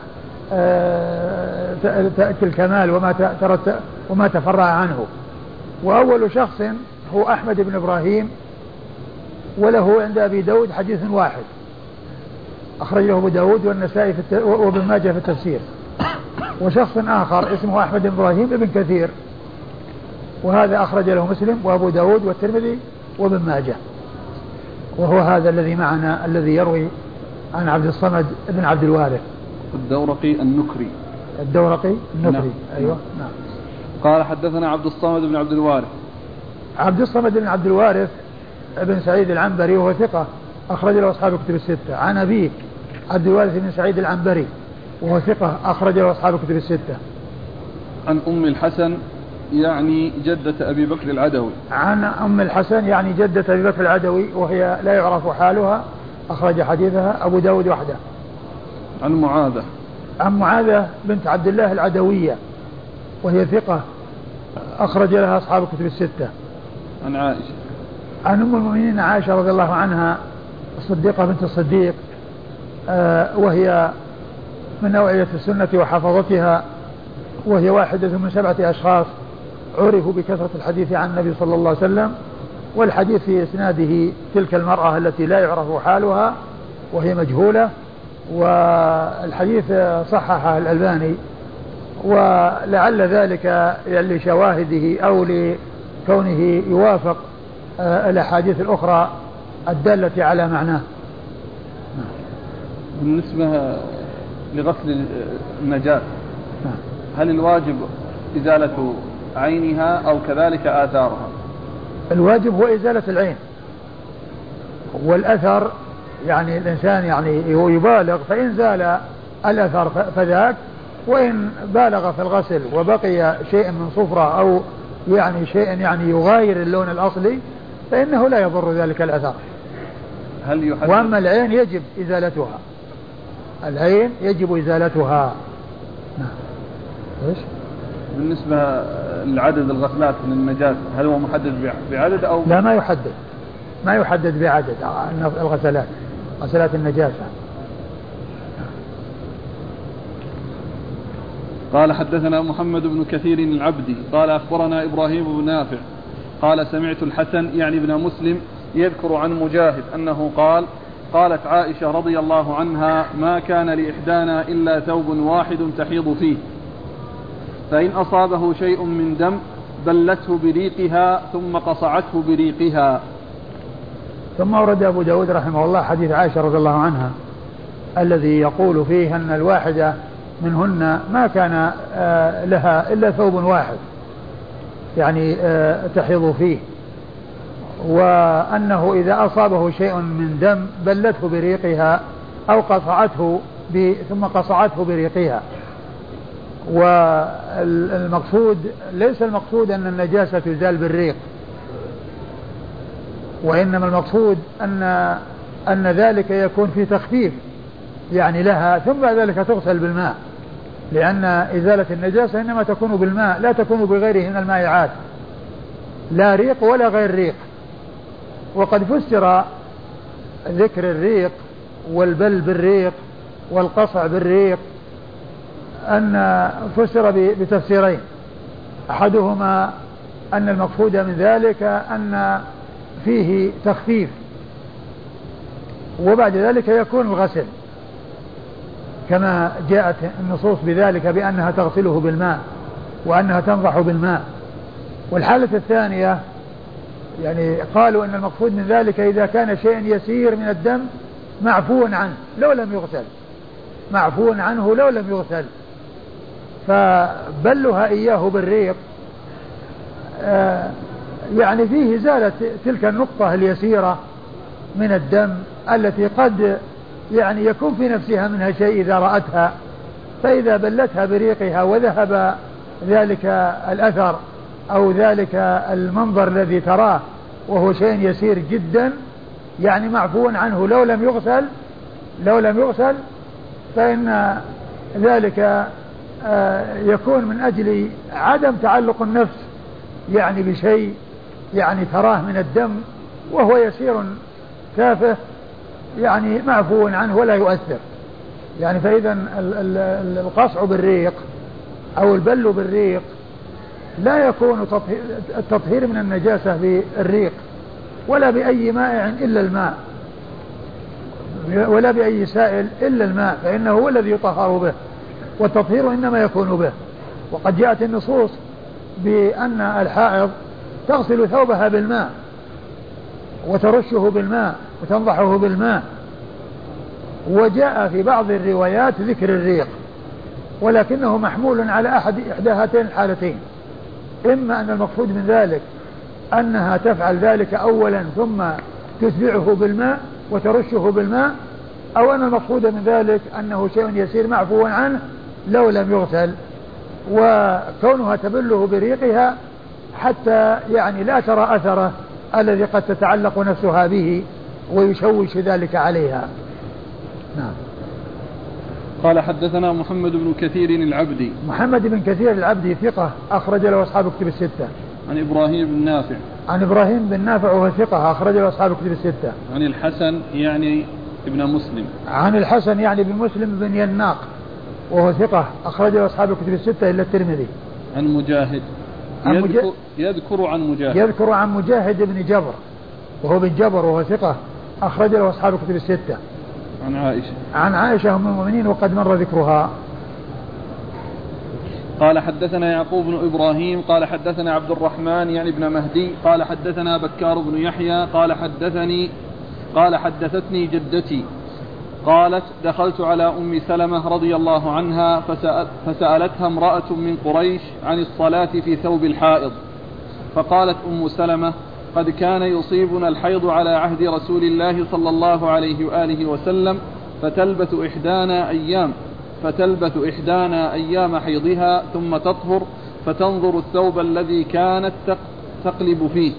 الكمال وما ترت وما تفرع عنه. وأول شخص هو أحمد بن إبراهيم، وله عند أبي داود حديث واحد أخرج له أبو داود والنسائي وابن ماجه في التفسير. وشخص آخر اسمه أحمد بن إبراهيم ابن كثير، وهذا أخرج له مسلم وأبو داود والترمذي وابن ماجه، وهو هذا الذي معنا الذي يروي عن عبد الصمد بن عبد الوارث. الدورقي النكري. الدورقي النكري. نعم. أيوة. نعم. قال حدثنا عبد الصمد بن عبد الوارث. عبد الصمد بن عبد الوارث ابن سعيد العنبري وهو ثقة أخرج له أصحاب كتب الستة. عن أبيه عبد الوارث بن سعيد العنبري وهو ثقة أخرج له أصحاب كتب الستة. عن أم الحسن يعني جدة أبي بكر العدوي. عن أم الحسن يعني جدة أبي بكر العدوي وهي لا يعرف حالها، أخرج حديثها أبو داود وحده. عن معاذة. عن معاذة بنت عبد الله العدوية وهي ثقة أخرج لها أصحاب كتب الستة. عن عائشة. عن أم المؤمنين عائشة رضي الله عنها الصديقة بنت الصديق، آه وهي من نوعية السنة وحفظتها، وهي واحدة من سبعة أشخاص عرفوا بكثرة الحديث عن النبي صلى الله عليه وسلم. والحديث في إسناده تلك المرأة التي لا يعرف حالها وهي مجهولة، والحديث صححه الألباني، ولعل ذلك لشواهده أو لكونه يوافق الأحاديث الأخرى الدالة على معناه. بالنسبة لغسل النجاسة هل الواجب إزالة عينها أو كذلك آثارها؟ الواجب هو إزالة العين، والأثر يعني الإنسان يعني هو يبالغ فإن زال الأثر فذاك، وإن بالغ في الغسل وبقي شيء من صفرة أو يعني شيء يعني يغاير اللون الأصلي فإنه لا يضر ذلك الأثر. هل يحدد؟ وأما العين يجب إزالتها، العين يجب إزالتها. نعم. إيش؟ بالنسبة لعدد الغسلات من النجاسة هل هو محدد بعدد أو؟ لا ما يحدد، ما يحدد بعدد الغسلات، غسلات النجاسة. قال حدثنا محمد بن كثير العبدي قال أخبرنا إبراهيم بن نافع قال سمعت الحسن يعني ابن مسلم يذكر عن مجاهد أنه قال قالت عائشة رضي الله عنها ما كان لإحدانا إلا ثوب واحد تحيض فيه، فإن أصابه شيء من دم بلته بريقها ثم قصعته بريقها. ثم ورد أبو داود رحمه الله حديث عائشة رضي الله عنها الذي يقول فيه أن الواحدة منهن ما كان لها إلا ثوب واحد يعني تحيض فيه، وأنه إذا أصابه شيء من دم بلته بريقها أو قصعته ثم قصعته بريقها. والمقصود ليس المقصود أن النجاسة تزال بالريق، وإنما المقصود أن أن ذلك يكون في تخفيف يعني لها، ثم بعد ذلك تغسل بالماء، لأن إزالة النجاسة إنما تكون بالماء لا تكون بغيره من المائعات، لا ريق ولا غير ريق. وقد فسر ذكر الريق والبل بالريق والقصع بالريق أن فسر بتفسيرين، أحدهما أن المقصود من ذلك أن فيه تخفيف، وبعد ذلك يكون الغسل كما جاءت النصوص بذلك بأنها تغسله بالماء وأنها تنضح بالماء. والحالة الثانية يعني قالوا أن المقصود من ذلك إذا كان شيء يسير من الدم معفو عنه لو لم يغسل، معفو عنه لو لم يغسل، فبلها إياه بالريق آه يعني فيه زالت تلك النقطة اليسيرة من الدم التي قد يعني يكون في نفسها منها شيء إذا رأتها، فإذا بلتها بريقها وذهب ذلك الأثر أو ذلك المنظر الذي تراه وهو شيء يسير جدا يعني معفو عنه لو لم يغسل لو لم يغسل فإن ذلك يكون من أجل عدم تعلق النفس يعني بشيء يعني تراه من الدم وهو يسير تافه يعني معفو عنه ولا يؤثر يعني. فإذا القصع بالريق أو البل بالريق لا يكون التطهير من النجاسة بالريق ولا بأي مائع إلا الماء ولا بأي سائل إلا الماء، فإنه هو الذي يطهر به والتطهير إنما يكون به. وقد جاءت النصوص بأن الحائض تغسل ثوبها بالماء وترشه بالماء وتنضحه بالماء، وجاء في بعض الروايات ذكر الريق، ولكنه محمول على أحد إحدى هاتين الحالتين، إما أن المقصود من ذلك أنها تفعل ذلك أولا ثم تتبعه بالماء وترشه بالماء، أو أن المقصود من ذلك أنه شيء يسير معفو عنه لو لم يغسل، وكونها تبله بريقها حتى يعني لا ترى أثره الذي قد تتعلق نفسها به ويشوش ذلك عليها. نعم. قال حدثنا محمد بن كثير العبدي. محمد بن كثير العبدي ثقة أخرج له أصحاب كتب الستة. عن إبراهيم بن نافع. عن إبراهيم بن نافع وهو ثقة أخرج له أصحاب كتب الستة. عن الحسن يعني ابن مسلم. عن الحسن يعني بن مسلم بن يناق وهو ثقة أخرج له أصحاب كتب الستة إلا الترمذي. عن مجاهد. عن يذكر, مجا... يذكر عن مجاهد. يذكر عن مجاهد بن جبر وهو بن جبر وهو ثقة أخرج له أصحاب كتب الستة. عن عائشة. عن عائشة أم المؤمنين وقد مر ذكرها. قال حدثنا يعقوب بن إبراهيم قال حدثنا عبد الرحمن يعني ابن مهدي قال حدثنا بكار بن يحيى قال حدثني قال حدثتني جدتي قالت دخلت على أم سلمة رضي الله عنها فسأل فسألتها امرأة من قريش عن الصلاة في ثوب الحائض، فقالت أم سلمة قد كان يصيبنا الحيض على عهد رسول الله صلى الله عليه وآله وسلم فتلبث إحدانا أيام فتلبث إحدانا أيام حيضها ثم تطهر فتنظر الثوب الذي كانت تقلب فيه،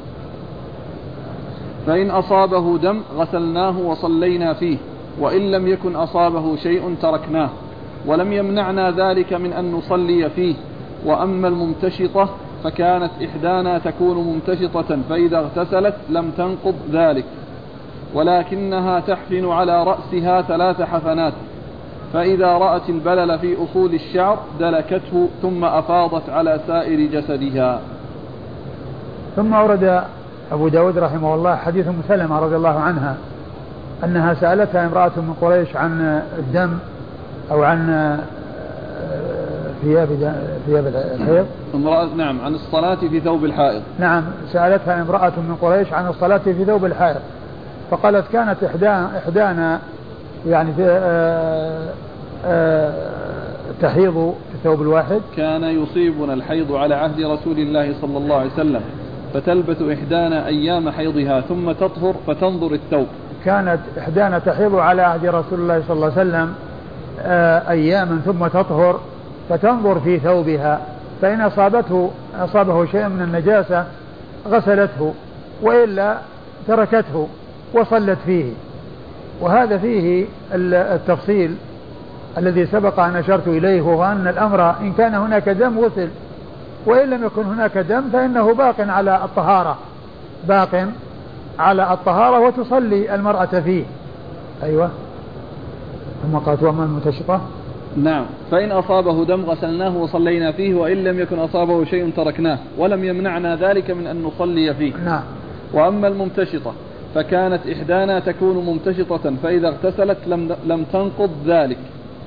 فإن أصابه دم غسلناه وصلينا فيه، وإن لم يكن أصابه شيء تركناه، ولم يمنعنا ذلك من أن نصلي فيه. وأما الممتشطة فكانت إحدانا تكون ممتشطة فإذا اغتسلت لم تنقض ذلك، ولكنها تحفن على رأسها ثلاث حفنات، فإذا رأت البلل في أصول الشعر دلكته ثم أفاضت على سائر جسدها. ثم أورد أبو داود رحمه الله حديث أم سلمة رضي الله عنها أنها سألتها امرأة من قريش عن الدم أو عن ثياب ثياب الحيض. امرأة نعم عن الصلاة في ثوب الحائض. نعم سألتها امرأة من قريش عن الصلاة في ثوب الحائض، فقالت كانت إحدانا يعني في آآ آآ تحيض في الثوب الواحد. كان يصيبنا الحيض على عهد رسول الله صلى الله عليه وسلم فتلبث إحدانا أيام حيضها ثم تطهر فتنظر الثوب. كانت إحدانا تحيض على عهد رسول الله صلى الله عليه وسلم أياما ثم تطهر فتنظر في ثوبها، فإن أصابته أصابه شيء من النجاسة غسلته وإلا تركته وصلت فيه. وهذا فيه التفصيل الذي سبق أن أشرت إليه، وهو أن الأمر إن كان هناك دم غسل، وإن لم يكن هناك دم فإنه باق على الطهارة باق على الطهارة وتصلي المرأة فيه. أيوة. ثم قالت وأما الممتشطة. نعم فإن أصابه دم غسلناه وصلينا فيه، وإن لم يكن أصابه شيء تركناه ولم يمنعنا ذلك من أن نصلي فيه. نعم. وأما الممتشطة فكانت إحدانا تكون ممتشطة فإذا اغتسلت لم, لم تنقض ذلك.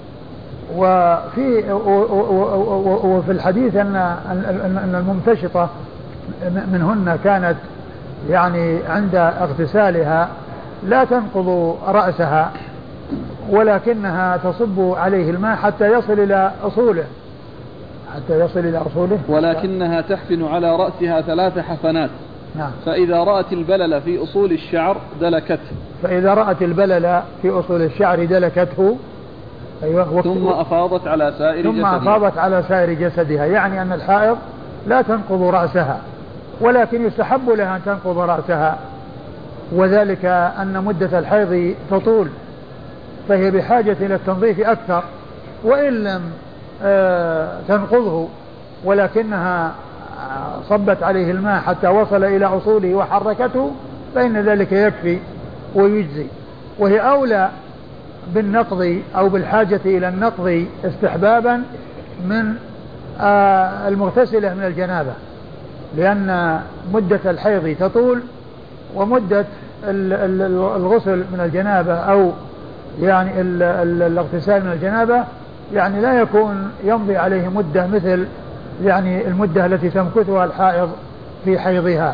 وفي وفي الحديث أن أن الممتشطة منهن كانت يعني عند اغتسالها لا تنقض رأسها، ولكنها تصب عليه الماء حتى يصل إلى أصوله حتى يصل إلى أصوله ولكنها تحفن على رأسها ثلاث حفنات. نعم. فإذا رأت البلل في أصول الشعر دلكته. فإذا رأت البلل في أصول الشعر دلكته. أيوة. ثم أفاضت على سائر ثم جسدها. ثم أفاضت على سائر جسدها، يعني أن الحائض لا تنقض رأسها، ولكن يستحب لها أن تنقض رأسها، وذلك أن مدة الحيض تطول فهي بحاجة إلى التنظيف أكثر، وإن لم آه تنقضه ولكنها صبت عليه الماء حتى وصل إلى أصوله وحركته فإن ذلك يكفي ويجزي. وهي أولى بالنقض أو بالحاجة إلى النقض استحبابا من آه المغتسلة من الجنابة، لأن مدة الحيض تطول، ومدة الغسل من الجنابة أو يعني الاغتسال من الجنابة يعني لا يكون يمضي عليه مدة مثل يعني المدة التي تمكثها الحائض في حيضها.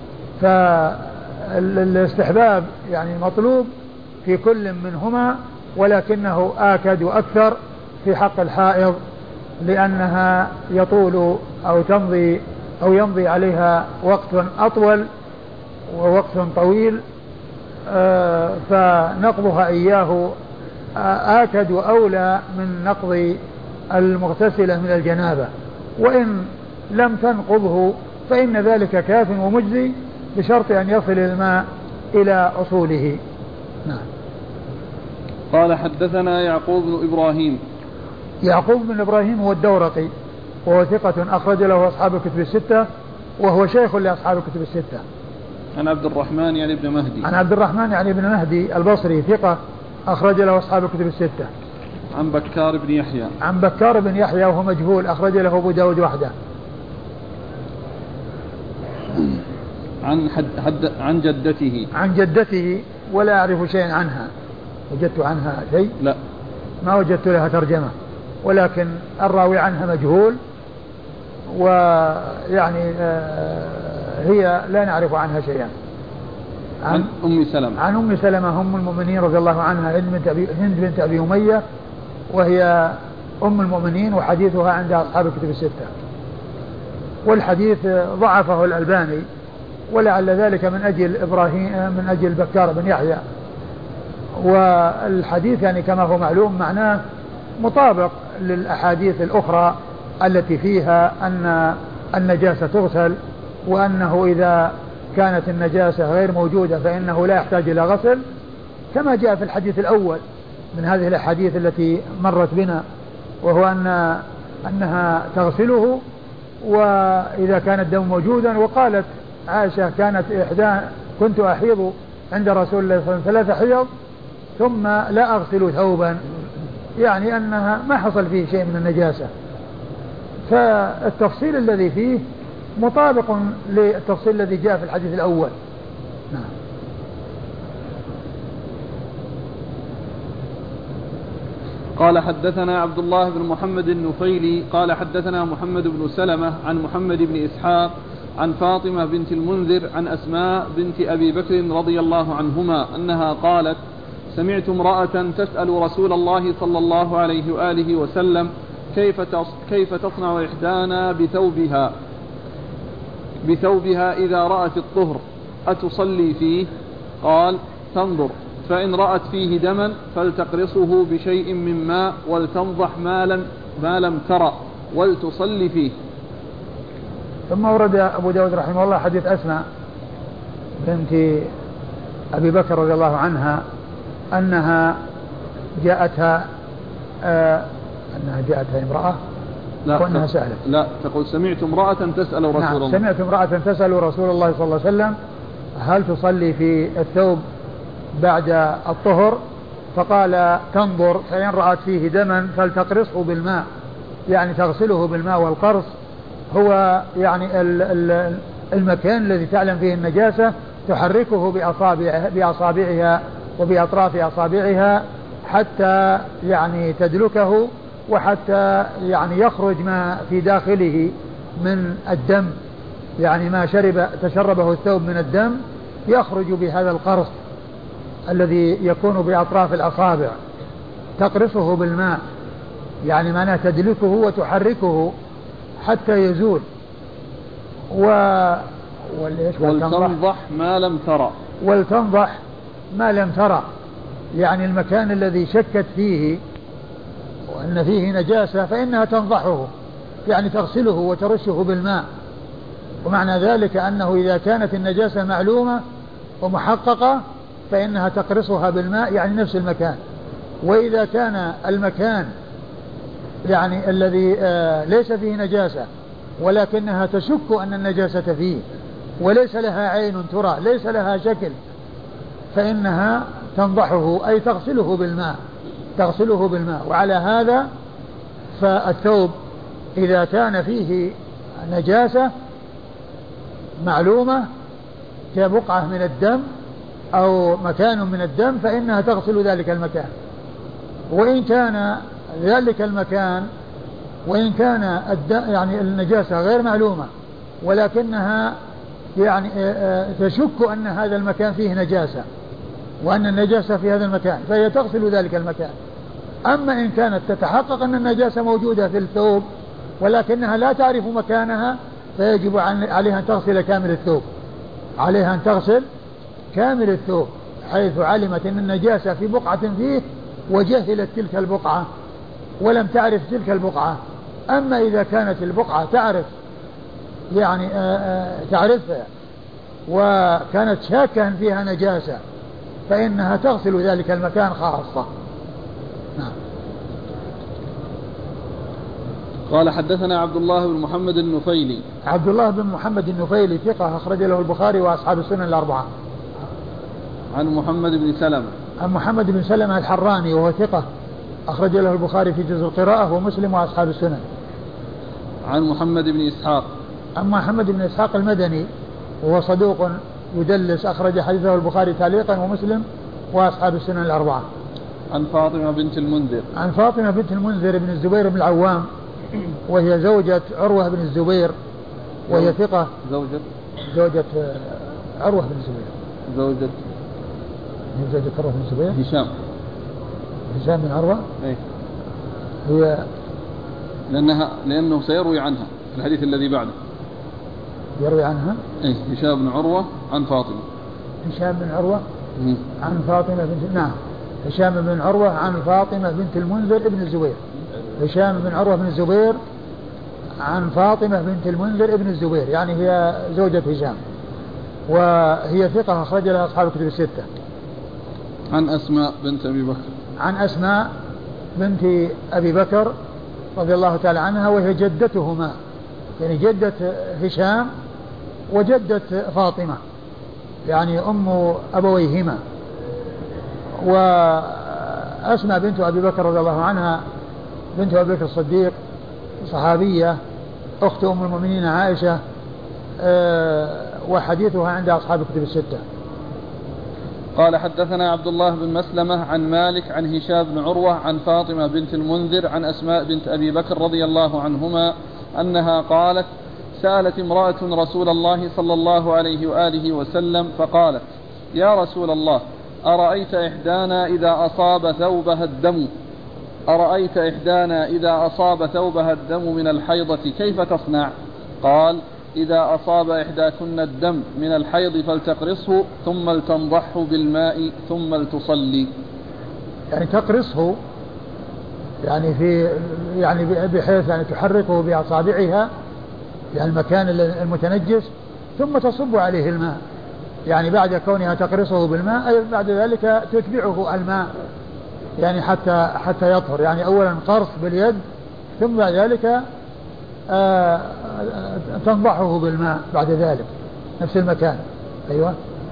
فالاستحباب يعني مطلوب في كل منهما، ولكنه آكد وأكثر في حق الحائض لأنها يطول أو تمضي أو يمضي عليها وقت أطول ووقت طويل، آه فنقضها إياه آكد وأولى من نقض المغتسلة من الجنابة، وإن لم تنقضه فإن ذلك كاف ومجزي بشرط أن يصل الماء إلى أصوله. نعم. قال حدثنا يعقوب بن إبراهيم. يعقوب بن إبراهيم هو الدورقي وهو ثقة أخرج له أصحاب الكتب الستة، وهو شيخ لأصحاب الكتب الستة. عن عبد الرحمن يعني ابن مهدي. عن عبد الرحمن يعني ابن مهدي البصري ثقة أخرج له أصحاب الكتب الستة. عن بكار بن يحيى. عن بكار بن يحيى وهو مجهول أخرج له أبو داود وحده. عن حد حد عن جدته. عن جدته ولا أعرف شيئا عنها. وجدت عنها شيء؟ لا ما وجدت لها ترجمة، ولكن الراوي عنها مجهول، ويعني هي لا نعرف عنها شيئا. عن, عن أم سلمة. عن أم سلمة أم المؤمنين رضي الله عنها، هند بنت أبي, هند بنت أبي أمية، وهي أم المؤمنين وحديثها عند أصحاب الكتب الستة. والحديث ضعفه الألباني، ولعل ذلك من أجل إبراهيم من أجل بكار بن يحيى. والحديث يعني كما هو معلوم معناه مطابق للأحاديث الأخرى التي فيها أن النجاسة تغسل، وأنه إذا كانت النجاسة غير موجودة فإنه لا يحتاج إلى غسل، كما جاء في الحديث الأول من هذه الأحاديث التي مرت بنا، وهو أن أنها تغسله وإذا كان الدم موجودا. وقالت عائشة كانت إحدى كنت أحيض عند رسول الله صلى الله عليه وسلم ثلاث حيض ثم لا أغسل ثوبا، يعني أنها ما حصل فيه شيء من النجاسة. فالتفصيل الذي فيه مطابق للتفصيل الذي جاء في الحديث الأول. نعم. قال حدثنا عبد الله بن محمد النفيلي قال حدثنا محمد بن سلمة عن محمد بن إسحاق عن فاطمة بنت المنذر عن أسماء بنت أبي بكر رضي الله عنهما أنها قالت سمعت امرأة تسأل رسول الله صلى الله عليه وآله وسلم كيف كيف تصنع إحدانا بثوبها بثوبها إذا رأت الطهر أتصلي فيه؟ قال تنظر، فإن رأت فيه دما فلتقرصه بشيء من ماء ولتنضح ما لم, ما لم ترى ولتصلي فيه. ثم ورد أبو داود رحمه الله حديث أسماء بنت أبي بكر رضي الله عنها أنها جاءتها آه أنها جاءتها امرأة لا وأنها سألت. لا تقول سمعت امرأة تسأل رسول نعم الله. سمعت امرأة تسأل رسول الله صلى الله عليه وسلم هل تصلي في الثوب بعد الطهر؟ فقال تنظر، فإن رأت فيه دما فلتقرصه بالماء، يعني تغسله بالماء. والقرص هو يعني المكان الذي تعلم فيه النجاسة تحركه بأصابعها, بأصابعها وبأطراف أصابعها حتى يعني تدلكه، وحتى يعني يخرج ما في داخله من الدم، يعني ما شرب تشربه الثوب من الدم يخرج بهذا القرص الذي يكون بأطراف الأصابع. تقرصه بالماء يعني معناه تدلكه وتحركه حتى يزول. و ولتنضح ما لم ترى ولتنضح ما لم ترى، يعني المكان الذي شكت فيه وأن فيه نجاسة فإنها تنضحه، يعني تغسله وترشه بالماء. ومعنى ذلك أنه إذا كانت النجاسة معلومة ومحققة فإنها تقرصها بالماء، يعني نفس المكان. وإذا كان المكان يعني الذي آه ليس فيه نجاسة ولكنها تشك أن النجاسة فيه وليس لها عين ترى، ليس لها شكل، فإنها تنضحه أي تغسله بالماء تغسله بالماء. وعلى هذا فالثوب إذا كان فيه نجاسة معلومة كبقعة من الدم أو مكان من الدم فإنها تغسل ذلك المكان. وإن كان ذلك المكان وإن كان يعني النجاسة غير معلومة ولكنها يعني تشك أن هذا المكان فيه نجاسة وأن النجاسة في هذا المكان فهي تغسل ذلك المكان. أما إن كانت تتحقق أن النجاسة موجودة في الثوب ولكنها لا تعرف مكانها فيجب عليها أن تغسل كامل الثوب عليها أن تغسل كامل الثوب حيث علمت أن النجاسة في بقعة فيه وجهلت تلك البقعة ولم تعرف تلك البقعة. أما إذا كانت البقعة تعرف يعني آآ آآ تعرفها وكانت شاكا فيها نجاسة فإنها تغسل ذلك المكان خاصة. نعم. قال حدثنا عبد الله بن محمد النفيلي. عبد الله بن محمد النفيلي ثقة أخرج له البخاري وأصحاب السنن الأربعة. عن محمد بن سلمة. عن محمد بن سلمة الحراني وهو ثقة أخرج له البخاري في جزء القراءة ومسلم وأصحاب السنن. عن محمد بن إسحاق. عن محمد بن إسحاق المدني وهو صدوق يدلس أخرج حديثه البخاري تعليقا ومسلم وأصحاب السنن الأربعة. عن فاطمة بنت المنذر. عن فاطمة بنت المنذر بن الزبير بن العوام وهي زوجة عروة بن الزبير وهي ثقة. زوجة زوجة عروة بن الزبير. زوجة هي زوجة عروة بن الزبير. هشام. هشام بن عروة. إيه. هي لأنها لأنه سيروي عنها في الحديث الذي بعده. يروي عنها. إيه هشام بن عروة عن فاطمة. هشام بن عروة مم. عن فاطمة بنت نعم هشام بن عروة عن فاطمة بنت المنذر ابن الزبير. هشام بن عروة بن الزبير عن فاطمة بنت المنذر ابن الزبير يعني هي زوجة هشام وهي ثقة أخرج لها أصحاب الكتب الستة. عن أسماء بنت أبي بكر. عن أسماء بنت أبي بكر رضي الله تعالى عنها وهي جدتهما يعني جدة هشام وجدة فاطمة يعني أم أبويهما. وأسماء بنت أبي بكر رضي الله عنها بنت أبي بكر الصديق صحابية أخت أم المؤمنين عائشة أه وحديثها عند أصحاب الكتب الستة. قال حدثنا عبد الله بن مسلمة عن مالك عن هشام بن عروة عن فاطمة بنت المنذر عن أسماء بنت أبي بكر رضي الله عنهما أنها قالت سألت امرأة رسول الله صلى الله عليه وآله وسلم فقالت يا رسول الله أرأيت إحدانا إذا أصاب ثوبها الدم أرأيت إحدانا إذا أصاب ثوبها الدم من الحيضة كيف تصنع؟ قال إذا أصاب إحداكن الدم من الحيض فلتقرصه ثم لتنضحه بالماء ثم لتصلي. يعني تقرصه يعني في يعني بحيث يعني تحركه بأصابعها يعني المكان المتنجس ثم تصب عليه الماء، يعني بعد كونها تقرصه بالماء أي بعد ذلك تتبعه الماء يعني حتى حتى يطهر، يعني أولا قرص باليد ثم بعد ذلك آه تنضحه بالماء بعد ذلك نفس المكان. أيوة.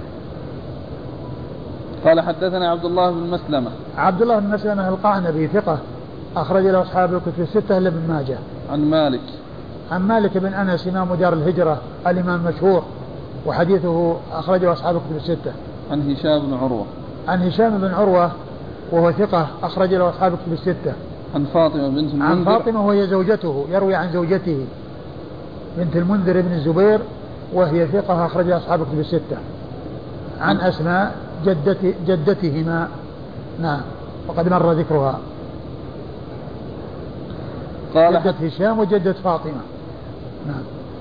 قال حدثنا عبد الله بن مسلمة. عبد الله بن مسلمة القعنبي ثقة أخرج له أصحاب الكتب الستة إلا ابن ماجه. عن مالك. عن مالك بن أنس إمام دار الهجرة الإمام المشهور وحديثه أخرجه أصحاب الكتب الستة. عن هشام بن عروة. عن هشام بن عروة وهو ثقة أخرج له أصحاب الكتب الستة. عن فاطمة بنت المنذر. عن فاطمة وهي زوجته، يروي عن زوجته بنت المنذر بن الزبير وهي ثقة أخرج أصحاب الكتب الستة. عن أسماء جدة جدتهما. نعم وقد مر ذكرها. قال جدة هشام وجدة فاطمة. نعم.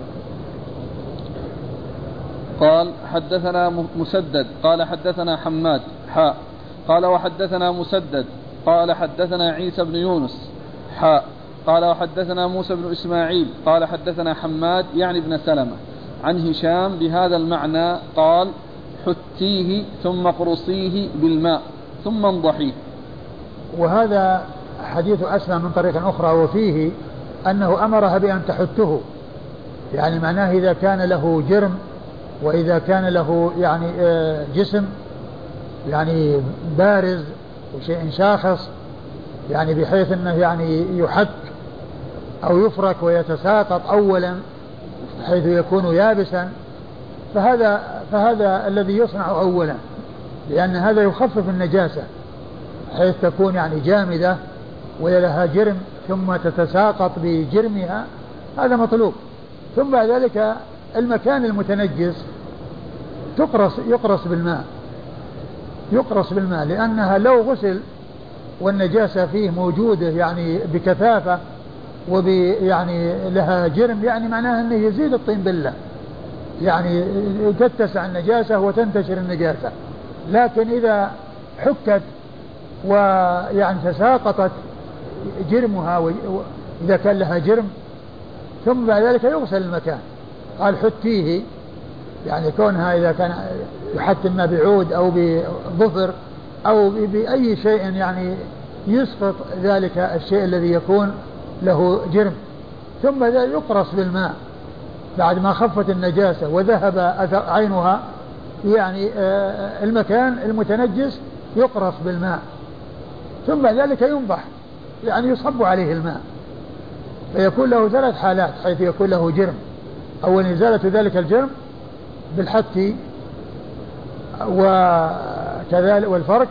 قال حدثنا مسدد قال حدثنا حماد حاء قال وحدثنا مسدد قال حدثنا عيسى بن يونس حاء قال وحدثنا موسى بن إسماعيل قال حدثنا حماد يعني ابن سلمة عن هشام بهذا المعنى قال حتيه ثم قرصيه بالماء ثم انضحيه. وهذا حديث أسمع من طريق أخرى وفيه أنه أمرها بأن تحته، يعني معناه إذا كان له جرم وإذا كان له يعني جسم يعني بارز وشيء شاخص يعني بحيث أنه يعني يحك أو يفرك ويتساقط أولا حيث يكون يابسا، فهذا فهذا الذي يصنع أولا، لأن هذا يخفف النجاسة حيث تكون يعني جامدة ولها جرم ثم تتساقط بجرمها، هذا مطلوب. ثم بعد ذلك المكان المتنجس تقرص يقرص بالماء يقرص بالماء لأنها لو غسل والنجاسة فيه موجودة يعني بكثافة وب يعني لها جرم، يعني معناها أنه يزيد الطين بلة، يعني تتسع النجاسة وتنتشر النجاسة. لكن إذا حكت ويعني تساقطت جرمها وإذا كان لها جرم ثم بعد ذلك يغسل المكان. قال حتيه يعني كونها إذا كان يحت ما بعود أو بظفر أو بأي شيء يعني يسقط ذلك الشيء الذي يكون له جرم، ثم يقرص بالماء بعد ما خفت النجاسة وذهب أثر عينها، يعني المكان المتنجس يقرص بالماء ثم بعد ذلك ينضح يعني يصب عليه الماء، فيكون له ثلاث حالات حيث يكون له جرم: أولا إزالة ذلك الجرم بالحت وكذلك والفرك،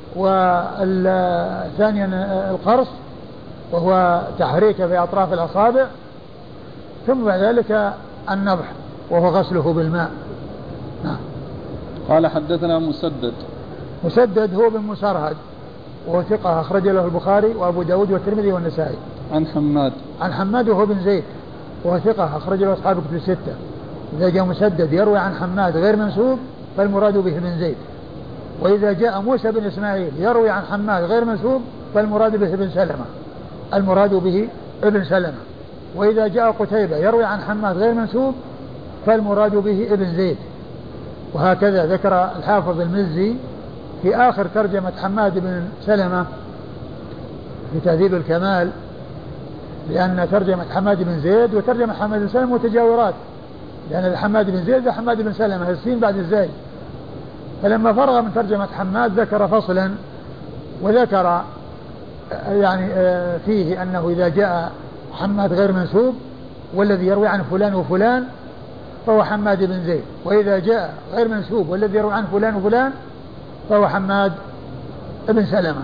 وثانيا القرص وهو تحريك في أطراف الأصابع، ثم بعد ذلك النضح وهو غسله بالماء. نعم. قال حدثنا مسدد. مسدد هو بن مسرهد وهو ثقة أخرج له البخاري وأبو داود والترمذي والنسائي. عن حماد. عن حماد وهو بن زيد وهو ثقة أخرج له أصحاب الكتب الستة. إذا جاء مسدد يروي عن حماد غير منسوب فالمراد به بن زيد، وإذا جاء موسى بن إسماعيل يروي عن حماد غير منسوب فالمراد به ابن سلمة المراد به ابن سلمة، وإذا جاء قتيبة يروي عن حماد غير منسوب فالمراد به ابن زيد. وهكذا ذكر الحافظ المزي في آخر ترجمة حماد بن سلمة في تهذيب الكمال، لأن ترجمة حماد بن زيد وترجمة حماد بن سلمة متجاورات، لأن حماد بن زيد وحماد بن سلمة السين بعد الزاي. فلما فرغ من ترجمة حماد ذكر فصلا وذكر يعني فيه أنه إذا جاء حماد غير منسوب والذي يروي عن فلان وفلان فهو حماد بن زيد، وإذا جاء غير منسوب والذي يروي عن فلان وفلان فهو حماد بن سلمة.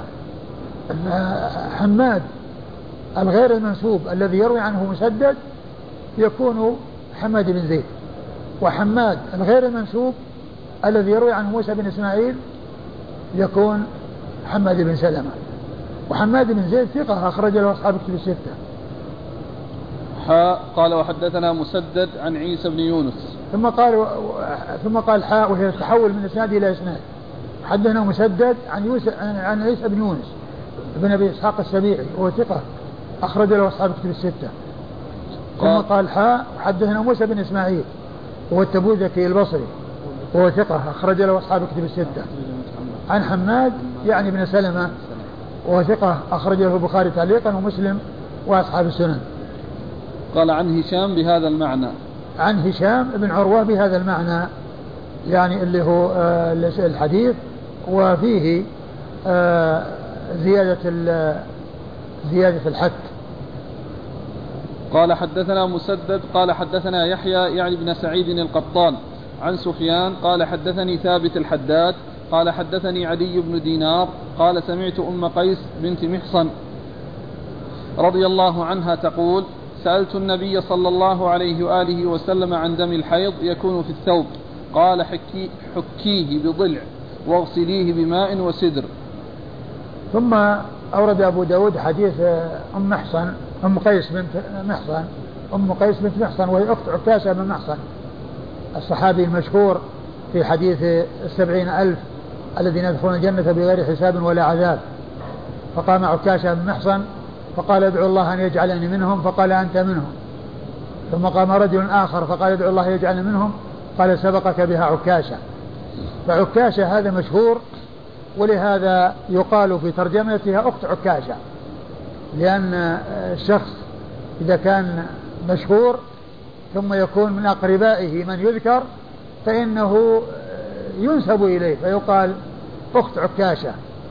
حماد الغير المنسوب الذي يروي عنه مسدد يكون حماد بن زيد، وحماد الغير المنسوب الذي يروي عنه موسى بن إسماعيل يكون حماد بن سلمة. وحماد بن زيد ثقة أخرج له أصحاب كتب الستة. حاء قال وحدثنا مسدد عن عيسى بن يونس ثم قال ثم قال حاء وهي التحول من إسناد إلى إسناد. حدثنا مسدد عن يوسف عن عيسى بن يونس بن أبي إسحاق السبيعي وهو ثقة أخرج له أصحاب كتب الستة. ثم قال حاء حدثنا موسى بن إسماعيل وهو التبوذكي البصري وهو ثقة أخرج له أصحاب كتب الستة. عن حماد يعني بن سلمة وهو ثقة أخرج له البخاري تعليقا ومسلم وأصحاب السنن. قال عن هشام بهذا المعنى. عن هشام بن عروة بهذا المعنى يعني اللي هو آه الحديث وفيه آه زيادة زيادة الحد. قال حدثنا مسدد قال حدثنا يحيى يعني بن سعيد القطان عن سفيان قال حدثني ثابت الحداد قال حدثني عدي بن دينار قال سمعت أم قيس بنت محصن رضي الله عنها تقول سألت النبي صلى الله عليه وآله وسلم عن دم الحيض يكون في الثوب قال حكي حكيه بضلع واغسليه بماء وسدر. ثم أورد أبو داود حديث أم محصن أم قيس بنت محصن أم قيس بنت محصن وهي أخت عكاشة بن محصن الصحابي المشهور في حديث السبعين ألف الذين يدخلون الجنة بغير حساب ولا عذاب. فقام عكاشة بن محصن فقال ادعو الله أن يجعلني منهم فقال أنت منهم. ثم قام رجل آخر فقال ادعو الله يجعلني منهم قال سبقك بها عكاشة. فعكاشة هذا مشهور ولهذا يقال في ترجمتها أخت عكاشة لأن الشخص إذا كان مشهور ثم يكون من أقربائه من يذكر فإنه ينسب إليه فيقال أخت عكاشة.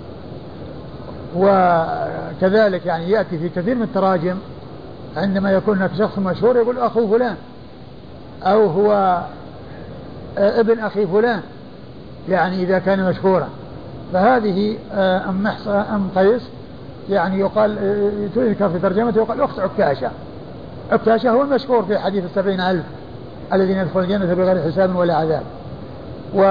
وكذلك يعني يأتي في كثير من التراجم عندما يكون هناك شخص مشهور يقول أخو فلان أو هو ابن أخي فلان يعني إذا كان مشهورا. فهذه أم, أم قيس يعني يقال تذكر في ترجمته يقال أخت عكاشة. عكاشة هو المشهور في حديث السبعين ألف الذين يدخلون الجنة بغير حساب ولا عذاب. و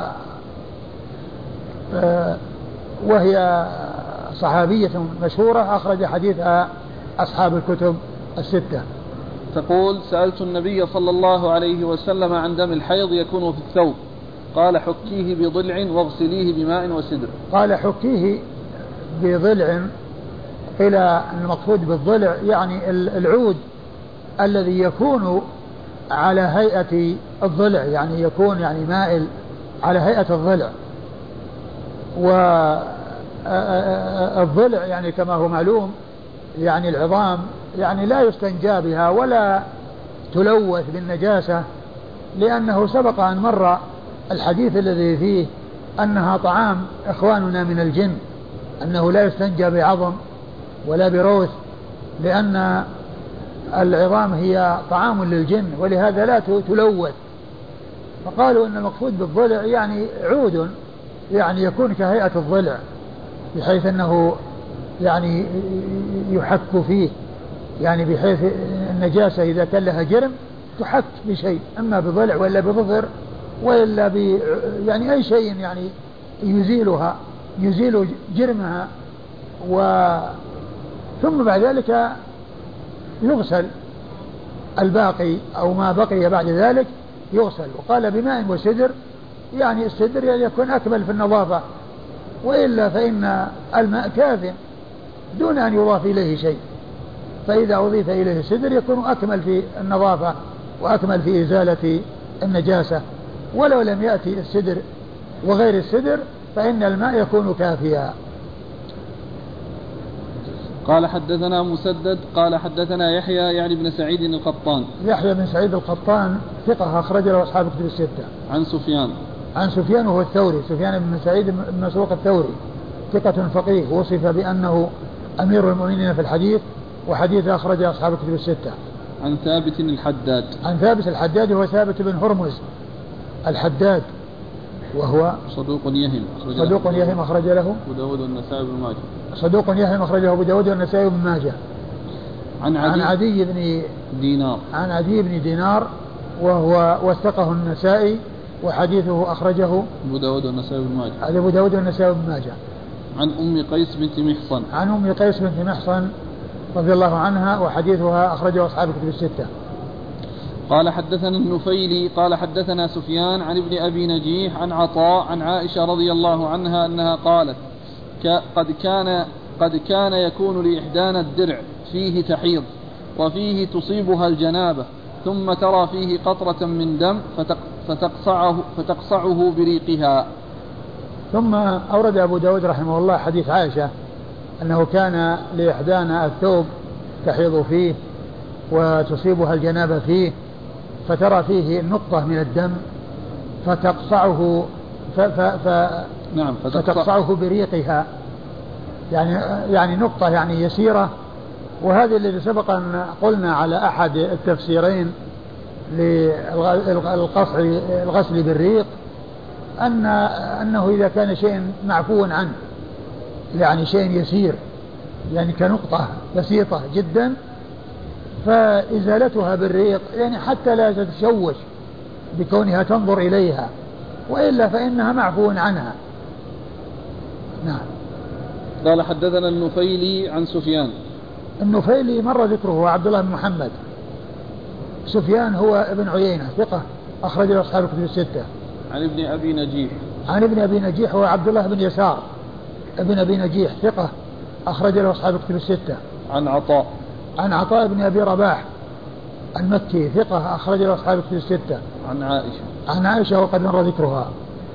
وهي صحابية مشهورة أخرج حديثها أصحاب الكتب الستة. تقول سألت النبي صلى الله عليه وسلم عن دم الحيض يكون في الثوب قال حكيه بضلع واغسليه بماء وسدر. قال حكيه بضلع إلى المقصود بالضلع يعني العود الذي يكون على هيئة الضلع يعني يكون يعني مائل على هيئة الضلع. والضلع يعني كما هو معلوم يعني العظام يعني لا يستنجى بها ولا تلوث بالنجاسة لأنه سبق أن مر الحديث الذي فيه أنها طعام إخواننا من الجن أنه لا يستنجى بعظم ولا بروث لأن العظام هي طعام للجن ولهذا لا تلوث. فقالوا أن المقصود بالضلع يعني عود يعني يكون كهيئة الضلع بحيث أنه يعني يحك فيه يعني بحيث النجاسة إذا كان لها جرم تحك بشيء أما بضلع ولا بظفر ولا ب يعني أي شيء يعني يزيلها يزيل جرمها. و ثم بعد ذلك يغسل الباقي أو ما بقي بعد ذلك يغسل. وقال بماء وسدر يعني السدر يعني يكون أكمل في النظافة وإلا فإن الماء كاف دون أن يضاف إليه شيء فإذا أضيف إليه السدر يكون أكمل في النظافة وأكمل في إزالة النجاسة. ولو لم يأتي السدر وغير السدر فإن الماء يكون كافيا. قال حدثنا مسدد قال حدثنا يحيى يعني بن سعيد القطان. يحيى بن سعيد القطان ثقة أخرج له أصحاب كتب الستة. عن سفيان عن سفيان وهو الثوري سفيان بن سعيد بن مسروق الثوري ثقة فقيه وصف بأنه أمير المؤمنين في الحديث وحديث أخرج أصحاب كتب الستة. عن ثابت الحداد. عن ثابت الحداد وهو ثابت بن هرمز الحداد وهو صدوق يهم صدوق يهم أخرج له أبو داود والنسائي بن ماجه. صدوق يهم أخرجه أبو داود والنسائي بن ماجه. عن عدي, عن عدي بن دينار عن عدي بن دينار وهو وثقه النسائي وحديثه أخرجه أبو داود والنسائي بن ماجه. هذا أبو داود والنسائي بن ماجه. عن أم قيس بنت محصن عن أم قيس بنت محصن رضي الله عنها وحديثها أخرجه أصحاب الكتب الستة. قال حدثنا النفيلي قال حدثنا سفيان عن ابن أبي نجيح عن عطاء عن عائشة رضي الله عنها أنها قالت قد كان قد كان يكون لإحدانا الدرع فيه تحيض وفيه تصيبها الجنابة ثم ترى فيه قطرة من دم فتقصعه, فتقصعه بريقها. ثم أورد أبو داود رحمه الله حديث عائشة أنه كان لإحدانا الثوب تحيض فيه وتصيبها الجنابة فيه فترى فيه نقطة من الدم فتقصعه ف ف ف نعم فتقصعه بريقها، يعني يعني نقطة يعني يسيرة. وهذا الذي سبق أن قلنا على أحد التفسيرين للقصع الغسل بالريق أن أنه إذا كان شيء معفو عنه يعني شيء يسير يعني كنقطة بسيطة جدا فإزالتها بالريق يعني حتى لا تتشوش بكونها تنظر إليها وإلا فإنها معفو عنها. نعم. قال حدثنا النفيلي عن سفيان. النفيلي مر ذكره عبد الله بن محمد. سفيان هو ابن عيينة ثقة أخرج له أصحاب الكتب الستة. عن ابن أبي نجيح. عن ابن أبي نجيح هو عبد الله بن يسار ابن أبي نجيح ثقة أخرج له أصحاب الكتب الستة. عن عطاء. عن عطاء بن أبي رباح المكي ثقة أخرج له أصحاب الكتب الستة. عن عائشة. عن عائشة وقد مر ذكرها.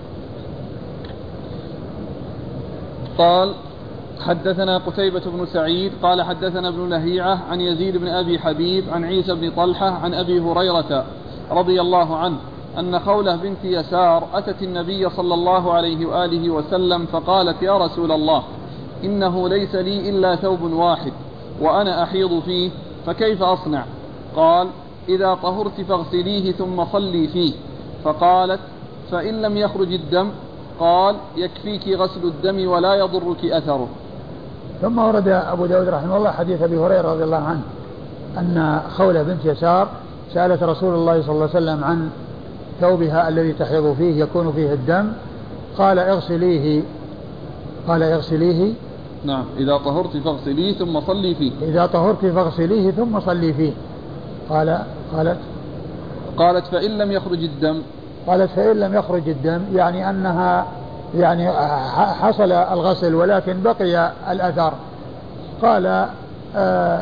قال حدثنا قتيبة بن سعيد قال حدثنا ابن لهيعة عن يزيد بن أبي حبيب عن عيسى بن طلحة عن أبي هريرة رضي الله عنه أن خولة بنت يسار أتت النبي صلى الله عليه وآله وسلم فقالت يا رسول الله إنه ليس لي إلا ثوب واحد وأنا أحيض فيه فكيف أصنع؟ قال إذا طهرت فاغسليه ثم صلي فيه. فقالت فإن لم يخرج الدم؟ قال يكفيك غسل الدم ولا يضرك أثره. ثم ورد أبو داود رحمه الله حديث أبي هريرة رضي الله عنه أن خولة بنت يسار سألت رسول الله صلى الله عليه وسلم عن ثوبها الذي تحيض فيه يكون فيه الدم قال اغسليه قال اغسليه نعم إذا طهرت فاغسليه ثم صلي فيه. إذا طهرت فاغسليه ثم صلي فيه. قال قالت قالت فإن لم يخرج الدم؟ قالت فإن لم يخرج الدم يعني أنها يعني حصل الغسل ولكن بقي الأثر. قال آه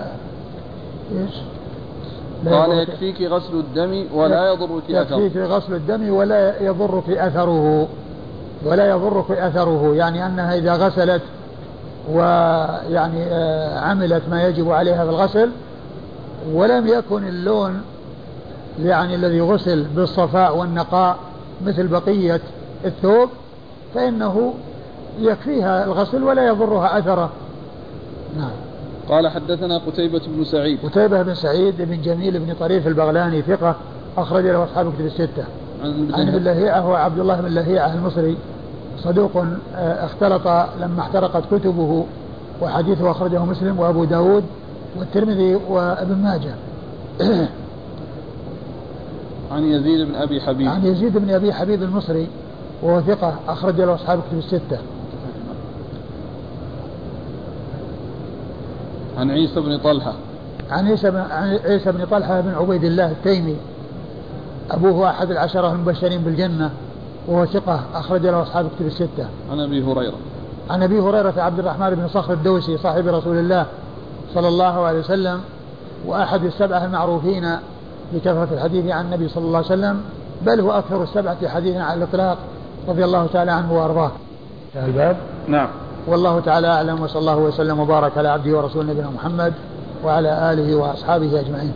قال يكفيك غسل الدم ولا يضرك أثره. يكفيك غسل الدم ولا يضرك أثره ولا يضرك أثره يعني أنها إذا غسلت ويعني آه عملت ما يجب عليها في الغسل ولم يكن اللون يعني الذي غسل بالصفاء والنقاء مثل بقية الثوب فإنه يكفيها الغسل ولا يضرها أثره. نعم. قال حدثنا قتيبة بن سعيد. قتيبة بن سعيد بن جميل بن طريف البغلاني ثقة أخرج له أصحاب الكتب الستة. عن ابن لهيعة هو عبد الله بن لهيعة المصري صدوق اختلط لما احترقت كتبه وحديثه أخرجه مسلم وأبو داود والترمذي وابن ماجه. عن يزيد بن أبي حبيب. عن يزيد بن أبي حبيب المصري وهو ثقة أخرج له أصحاب الكتب الستة. عن عيسى بن طلحة. عن عيسى بن, عن عيسى بن طلحة بن عبيد الله التيمي أبوه أحد العشرة المبشرين بالجنة وهو ثقة أخرج له أصحاب الكتب الستة. عن أبي هريرة. عن أبي هريرة عبد الرحمن بن صخر الدوسي صاحب رسول الله صلى الله عليه وسلم وأحد السبعة المعروفين بكثرة الحديث عن النبي صلى الله عليه وسلم بل هو أكثر السبعة حديثا على الإطلاق رضي الله تعالى عنه وأرضاه. الباب. نعم. والله تعالى أعلم وصلى الله وسلم وبارك على عبده ورسوله نبينا محمد وعلى آله وأصحابه أجمعين.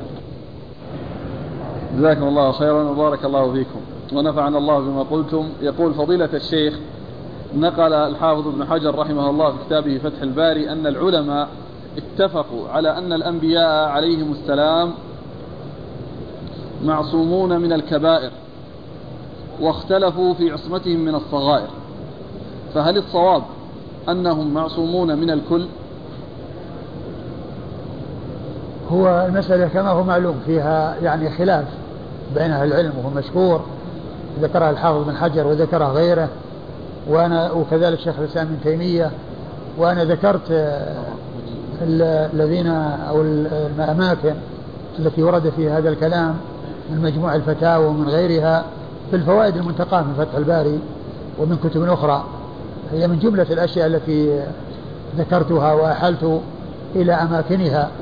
جزاكم الله خيرا وبارك الله فيكم ونفعنا الله بما قلتم. يقول فضيلة الشيخ نقل الحافظ ابن حجر رحمه الله في كتابه فتح الباري أن العلماء اتفقوا على أن الأنبياء عليهم السلام معصومون من الكبائر واختلفوا في عصمتهم من الصغائر، فهل الصواب أنهم معصومون من الكل؟ هو المسألة كما هو معلوم فيها يعني خلاف بين أهل العلم، وهو مشهور ذكرها الحافظ بن حجر وذكرها غيره، وأنا وكذلك شيخ الإسلام ابن تيمية، وأنا ذكرت الذين أو الأماكن التي ورد فيها هذا الكلام من مجموع الفتاوى ومن غيرها في الفوائد المنتقاة من فتح الباري ومن كتب أخرى، هي من جملة الأشياء التي ذكرتها وأحلت إلى أماكنها.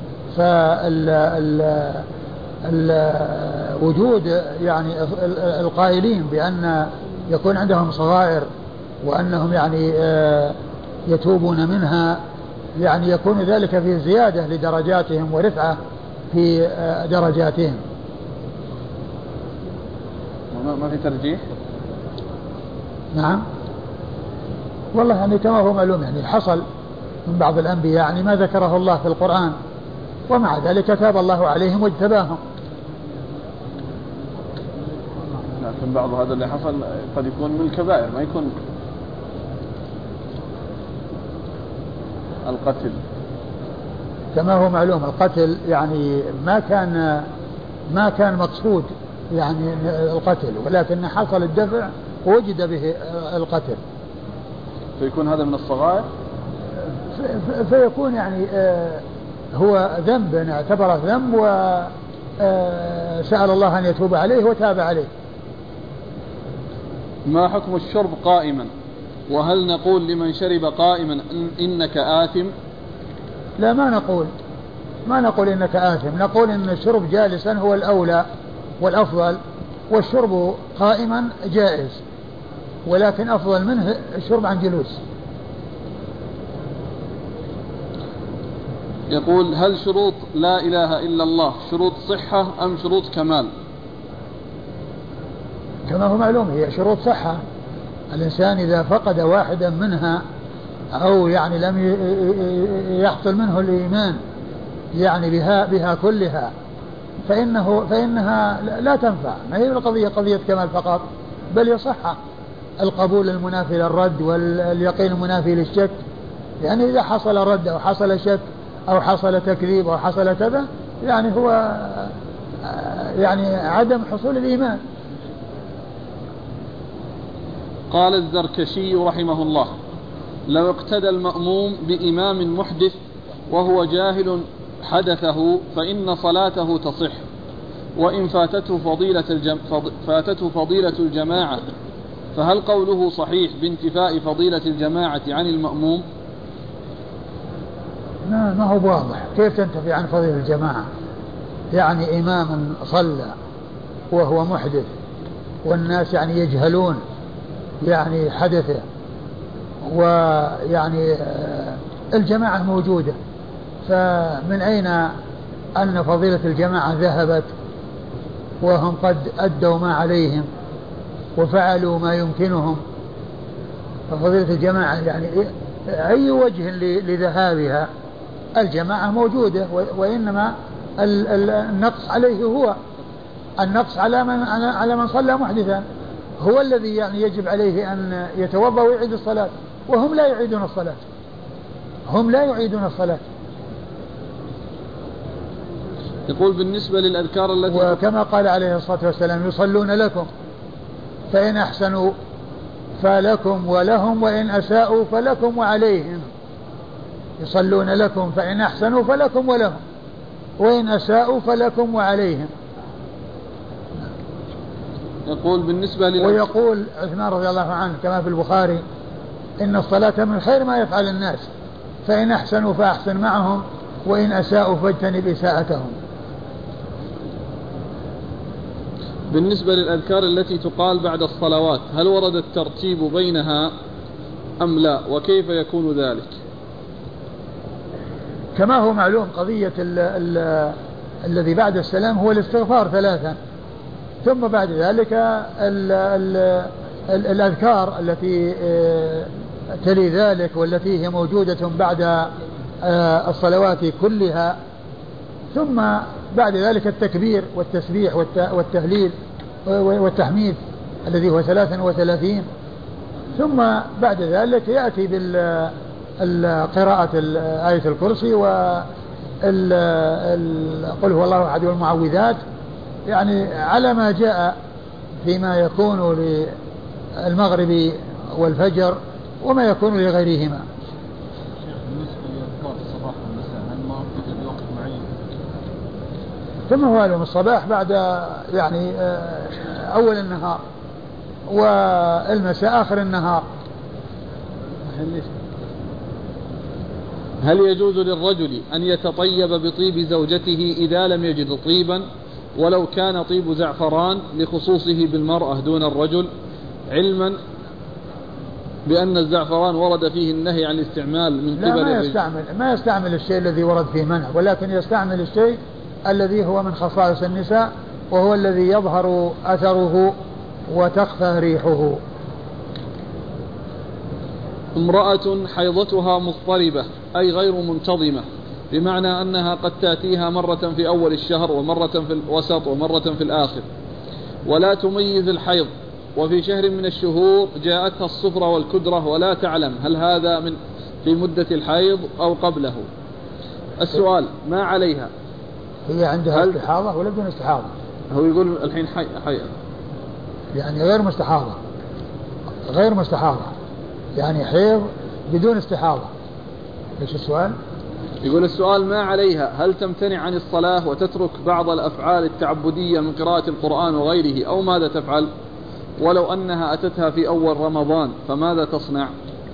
فالوجود يعني القائلين بأن يكون عندهم صغائر وأنهم يعني يتوبون منها، يعني يكون ذلك في زيادة لدرجاتهم ورفعة في درجاتهم. ما في ترجيح؟ نعم والله يعني كما هو معلوم يعني حصل من بعض الأنبياء يعني ما ذكره الله في القرآن، ومع ذلك تاب الله عليهم واجتباهم. لكن بعض هذا اللي حصل قد يكون من الكبائر، ما يكون القتل كما هو معلوم. القتل يعني ما كان ما كان مقصود يعني القتل، ولكن حصل الدفع ووجد به القتل، فيكون هذا من الصغائر، فيكون يعني هو ذنب اعتبره ذنب وسأل الله أن يتوب عليه وتاب عليه. ما حكم الشرب قائما؟ وهل نقول لمن شرب قائما إنك آثم؟ لا، ما نقول ما نقول إنك آثم، نقول إن الشرب جالسا هو الأولى والأفضل، والشرب قائما جائز، ولكن أفضل منه الشرب عن جلوس. يقول: هل شروط لا إله إلا الله شروط صحة أم شروط كمال؟ كما هو معلوم هي شروط صحة. الإنسان إذا فقد واحدا منها أو يعني لم يحصل منه الإيمان يعني بها بها كلها فإنه فإنها لا تنفع. ما هي القضية قضية كمال فقط، بل يصح القبول المنافي للرد واليقين المنافي للشك. يعني إذا حصل رد أو حصل شك أو حصل تكذيب أو حصل كذا يعني هو يعني عدم حصول الإيمان. قال الزركشي رحمه الله: لو اقتدى المأموم بإمام محدث وهو جاهل حدثه فإن صلاته تصح، وإن فاتته فضيلة, الجم... فاتته فضيلة الجماعة، فهل قوله صحيح بانتفاء فضيلة الجماعة عن المأموم؟ ما, ما هو واضح كيف تنتفي عن فضيلة الجماعة؟ يعني إمام صلى وهو محدث والناس يعني يجهلون يعني حدثه، ويعني الجماعة موجودة، فمن أين أن فضيلة الجماعة ذهبت وهم قد أدوا ما عليهم وفعلوا ما يمكنهم؟ ففضيلة الجماعة يعني أي وجه لذهابها؟ الجماعة موجودة، وإنما النقص عليه هو النقص على من على من صلى محدثا، هو الذي يعني يجب عليه أن يتوضأ ويعيد الصلاة، وهم لا يعيدون الصلاة هم لا يعيدون الصلاة. يقول: بالنسبة للأذكار التي وكما قال عليه الصلاة والسلام: يصلون لكم فإن أحسنوا فلكم ولهم وإن أساءوا فلكم وعليهم. يصلون لكم فإن أحسنوا فلكم ولهم وإن أساءوا فلكم وعليهم. يقول: بالنسبة للأذكار، ويقول عثمان رضي الله عنه كما في البخاري: إن الصلاة من خير ما يفعل الناس، فإن أحسنوا فأحسن معهم وإن أساءوا فاجتنب إساءتهم. بالنسبة للأذكار التي تقال بعد الصلوات، هل ورد الترتيب بينها أم لا، وكيف يكون ذلك؟ كما هو معلوم قضية ال ال الذي بعد السلام هو الاستغفار ثلاثا، ثم بعد ذلك ال ال ال الأذكار التي تلي ذلك والتي هي موجودة بعد الصلوات كلها، ثم بعد ذلك التكبير والتسبيح والتهليل والتحميد الذي هو ثلاثا وثلاثين، ثم بعد ذلك يأتي بالقراءة آية الكرسي وقل هو الله أحد والمعوذات، يعني على ما جاء فيما يكون للمغرب والفجر وما يكون لغيرهما. ثم هو علم الصباح بعد يعني أول النهار، والمساء آخر النهار. هل يجوز للرجل أن يتطيب بطيب زوجته إذا لم يجد طيبا ولو كان طيب زعفران لخصوصه بالمرأة دون الرجل، علما بأن الزعفران ورد فيه النهي عن الاستعمال من قبل لا ما يستعمل ما يستعمل الشيء الذي ورد فيه منع، ولكن يستعمل الشيء الذي هو من خصائص النساء، وهو الذي يظهر أثره وتخفى ريحه. امرأة حيضتها مضطربة أي غير منتظمة، بمعنى أنها قد تأتيها مرة في أول الشهر ومرة في الوسط ومرة في الآخر، ولا تميز الحيض، وفي شهر من الشهور جاءتها الصفرة والكدرة ولا تعلم هل هذا من في مدة الحيض أو قبله. السؤال: ما عليها؟ هي عندها استحاضة ولا بدون استحاضة؟ هو يقول الحين حي... حي... يعني غير مستحاضة، غير مستحاضة يعني حيض بدون استحاضة. ايش السؤال؟ يقول السؤال: ما عليها؟ هل تمتنع عن الصلاة وتترك بعض الأفعال التعبدية من قراءة القرآن وغيره، أو ماذا تفعل؟ ولو أنها أتتها في أول رمضان فماذا تصنع؟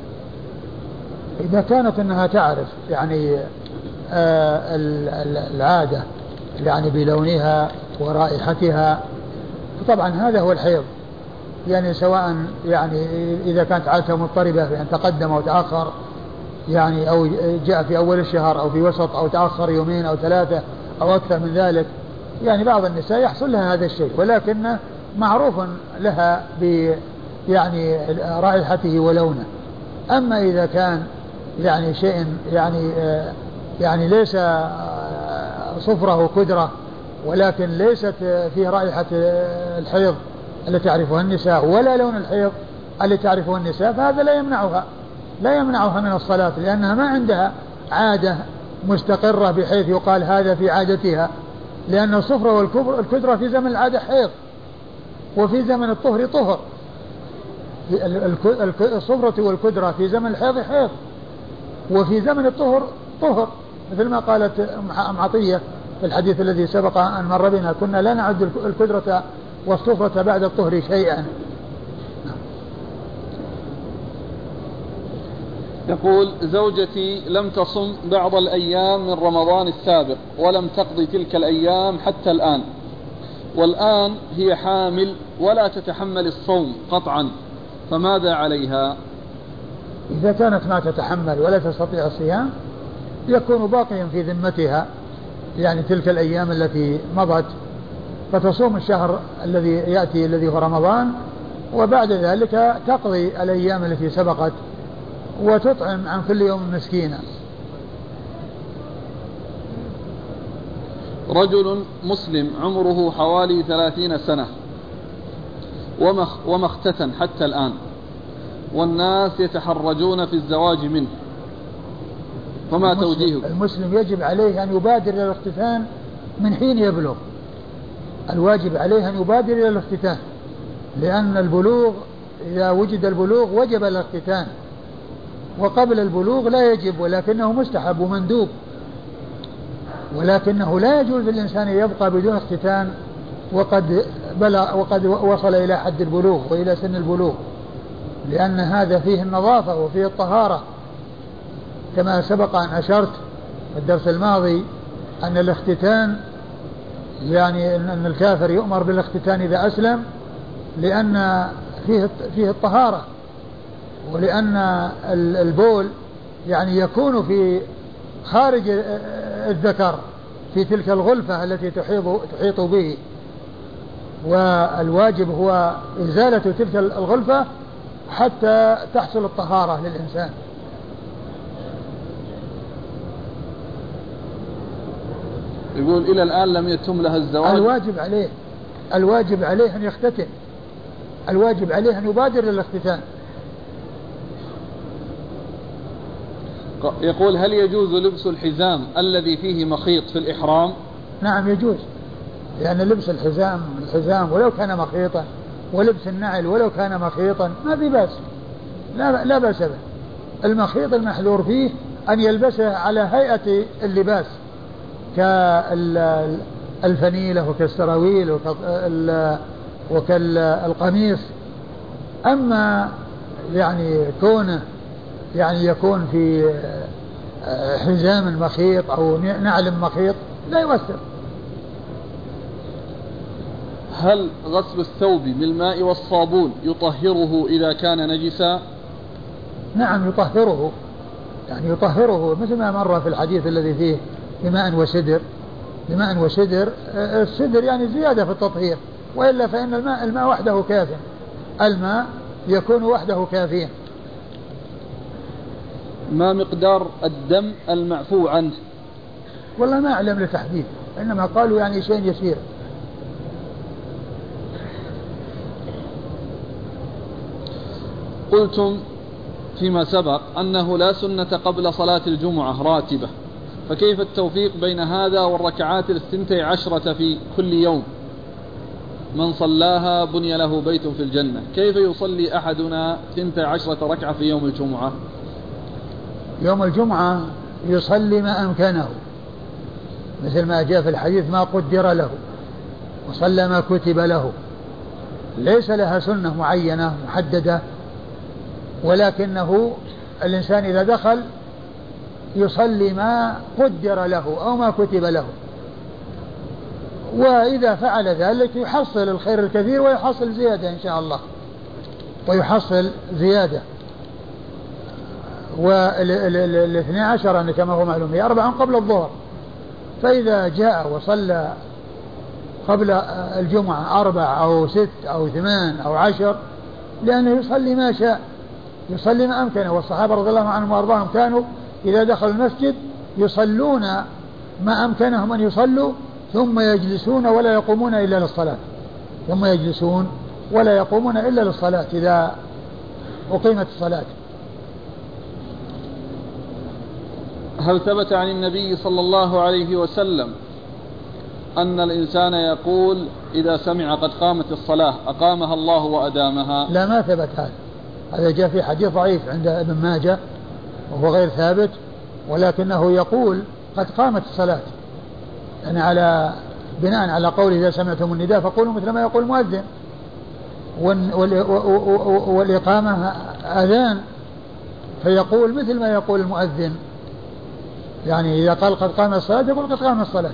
إذا كانت أنها تعرف يعني آه العادة يعني بلونها ورائحتها، فطبعا هذا هو الحيض، يعني سواء يعني إذا كانت عادتها مضطربة بأن تقدم أو تأخر، يعني أو جاء في أول الشهر أو في وسط أو تأخر يومين أو ثلاثة أو أكثر من ذلك، يعني بعض النساء يحصل لها هذا الشيء، ولكن معروف لها ب يعني رائحته ولونه. أما إذا كان يعني شيء يعني يعني ليس صفرة وكدرة، ولكن ليست فيه رائحة الحيض التي تعرفها النساء ولا لون الحيض التي تعرفه النساء، فهذا لا يمنعها لا يمنعها من الصلاة، لأنها ما عندها عادة مستقرة بحيث يقال هذا في عادتها، لأن الصفرة والكدرة في زمن العادة حيض، وفي زمن الطهر طهر. الصفرة والكدرة في زمن الحيض حيض، وفي زمن الطهر طهر، مثل ما قالت أم عطية في الحديث الذي سبق أن مر بنا: كنا لا نعد الكدرة والصفرة بعد الطهر شيئا. يقول: زوجتي لم تصم بعض الأيام من رمضان السابق ولم تقضي تلك الأيام حتى الآن، والآن هي حامل ولا تتحمل الصوم قطعا، فماذا عليها؟ إذا كانت ما تتحمل ولا تستطيع الصيام يكون باقيا في ذمتها يعني تلك الأيام التي مضت، فتصوم الشهر الذي يأتي الذي هو رمضان، وبعد ذلك تقضي الأيام التي سبقت وتطعم عن كل يوم مسكينا. رجل مسلم عمره حوالي ثلاثين سنة وما اختتن حتى الآن، والناس يتحرجون في الزواج منه، فما توجيهه؟ المسلم يجب عليه أن يبادر إلى الاختتان من حين يبلغ، الواجب عليه أن يبادر إلى الاختتان، لأن البلوغ إذا وجد البلوغ وجب الاختتان، وقبل البلوغ لا يجب ولكنه مستحب ومندوب، ولكنه لا يجوز للإنسان يبقى بدون اختتان وقد بلغ وقد وصل إلى حد البلوغ وإلى سن البلوغ، لأن هذا فيه النظافة وفيه الطهارة، كما سبق أن أشرت في الدرس الماضي أن الاختتان يعني أن الكافر يؤمر بالاختتان إذا أسلم، لأن فيه فيه الطهارة، ولأن البول يعني يكون في خارج الذكر في تلك الغلفة التي تحيط تحيط به، والواجب هو إزالة تلك الغلفة حتى تحصل الطهارة للإنسان. يقول: إلى الآن لم يتم لها الزواج. الواجب عليه الواجب عليه أن يختتن، الواجب عليه أن يبادر للاختتان. يقول هل يجوز لبس الحزام الذي فيه مخيط في الإحرام؟ نعم يجوز، لأن يعني لبس الحزام الحزام ولو كان مخيطا، ولبس النعل ولو كان مخيطا ما في بأس، لا, لا بأس به. المخيط المحذور فيه أن يلبسه على هيئة اللباس كالفنيلة وكالسراويل وكالقميص. أما يعني كونه يعني يكون في حزام مخيط أو نعل مخيط لا يؤثر. هل غسل الثوب بالماء والصابون يطهره إذا كان نجسا؟ نعم يطهره، يعني يطهره مثل ما مر في الحديث الذي فيه بماء وسدر. بماء وسدر، السدر يعني زيادة في التطهير، وإلا فإن الماء الماء وحده كاف، الماء يكون وحده كافيا. ما مقدار الدم المعفو عنه؟ والله ما أعلم لتحديد، إنما قالوا يعني شيء يسير. قلتم فيما سبق أنه لا سنة قبل صلاة الجمعة راتبة، فكيف التوفيق بين هذا والركعات الثنتي عشرة في كل يوم؟ من صلاها بني له بيت في الجنة، كيف يصلي أحدنا ثنتي عشرة ركعة في يوم الجمعة؟ يوم الجمعة يصلي ما أمكنه، مثل ما جاء في الحديث ما قدر له، وصلى ما كتب له، ليس لها سنة معينة محددة، ولكنه الإنسان إذا دخل يصلي ما قدر له أو ما كتب له، وإذا فعل ذلك يحصل الخير الكثير ويحصل زيادة إن شاء الله، ويحصل زيادة. والاثنى عشر كما هو معلوم هي أربع قبل الظهر، فإذا جاء وصلى قبل الجمعة أربع أو ست أو ثمان أو عشر، لأنه يصلي ما شاء، يصلي ما أمكنه. والصحابة رضي الله عنهم وأرضاهم كانوا إذا دخلوا المسجد يصلون ما أمكنهم أن يصلوا، ثم يجلسون ولا يقومون إلا للصلاة، ثم يجلسون ولا يقومون إلا للصلاة إذا أقيمت الصلاة. هل ثبت عن النبي صلى الله عليه وسلم أن الإنسان يقول إذا سمع قد قامت الصلاة أقامها الله وأدامها؟ لا، ما ثبت هذا، هذا جاء في حديث ضعيف عند ابن ماجه وهو غير ثابت، ولكنه يقول قد قامت الصلاة، يعني على بناء على قول إذا سمعتم النداء فقولوا مثل ما يقول المؤذن، والإقامة أذان، فيقول مثل ما يقول المؤذن، يعني إذا قال قد قام الصلاة يقول قد قام الصلاة.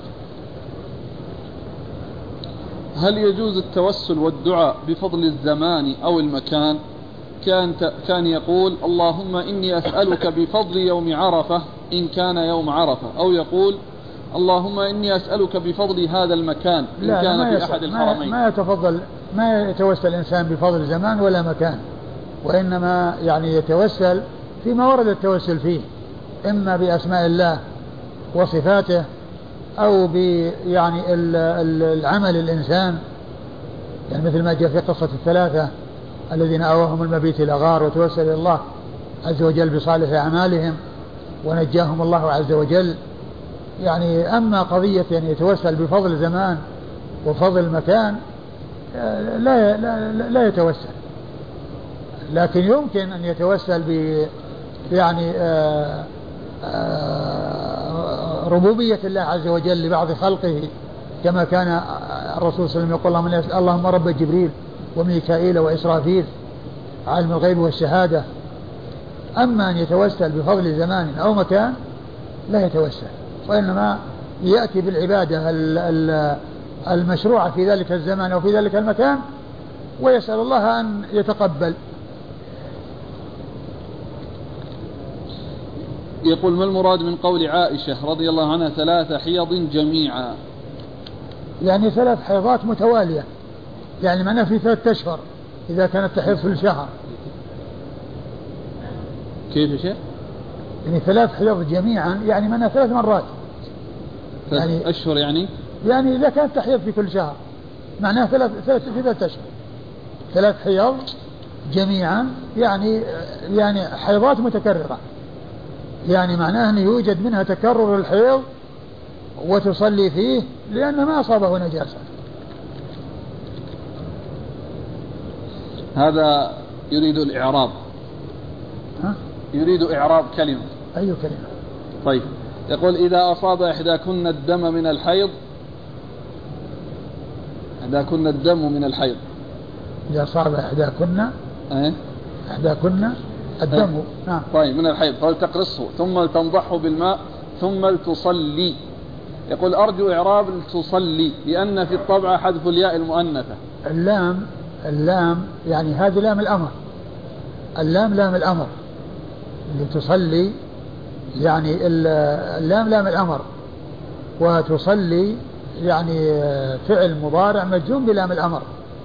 هل يجوز التوسل والدعاء بفضل الزمان أو المكان؟ كان كان يقول اللهم إني أسألك بفضل يوم عرفة إن كان يوم عرفة، أو يقول اللهم إني أسألك بفضل هذا المكان إن لا كان لا في أحد الحرمين. ما يتفضل، ما يتوسل الإنسان بفضل زمان ولا مكان، وإنما يعني يتوسل فيما ورد التوسل فيه، إما بأسماء الله وصفاته أو ب يعني العمل الإنسان، يعني مثل ما جاء في قصة الثلاثة الذين آواهم المبيت إلى غار وتوسل إلى الله عز وجل بصالح أعمالهم ونجاهم الله عز وجل. يعني أما قضية يعني يتوسل بفضل زمان وفضل مكان لا, لا, لا يتوسل، لكن يمكن أن يتوسل ب يعني آآ آآ ربوبية الله عز وجل لبعض خلقه، كما كان الرسول صلى الله عليه وسلم يقول اللهم رب جبريل وميكائيل وإسرافيل عالم الغيب والشهادة. أما أن يتوسل بفضل زمان أو مكان لا يتوسل، وإنما يأتي بالعبادة المشروعة في ذلك الزمان أو في ذلك المكان ويسأل الله أن يتقبل. يقول ما المراد من قول عائشة رضي الله عنها ثلاث حيض جميعا؟ يعني ثلاث حيضات متوالية، يعني معناه في ثلاثة أشهر إذا كانت تحيض في الشهر. كيف شيء؟ يعني ثلاث حيض جميعا يعني معناه ثلاث مرات، ثلاث يعني أشهر، يعني يعني إذا كانت تحيض في كل شهر معناه ثلاث ثلاث في ثلاثة أشهر. ثلاث حيض جميعا، يعني يعني حيضات متكررة، يعني معناه أن يوجد منها تكرر الحيض وتصلي فيه لأن ما أصابه نجاسة. هذا يريد الإعراب. ها؟ يريد إعراب كلمة. أي كلمة؟ طيب، يقول إذا أصاب إحداكن الدم من الحيض، إحداكن الدم من الحيض، إذا أصاب إحداكن أه؟ إحداكن الدم أه؟ نعم. طيب من الحيض فلتقرصه ثم لتنضحه بالماء ثم لتصلي. يقول أرجو إعراب تصلي لأن في الطبعة حذف الياء المؤنثة. اللام اللام يعني هذه لام الأمر، اللام لام الأمر لتصلي، يعني اللام لام الأمر، وتصلي يعني فعل مضارع مجزوم بلام الأمر.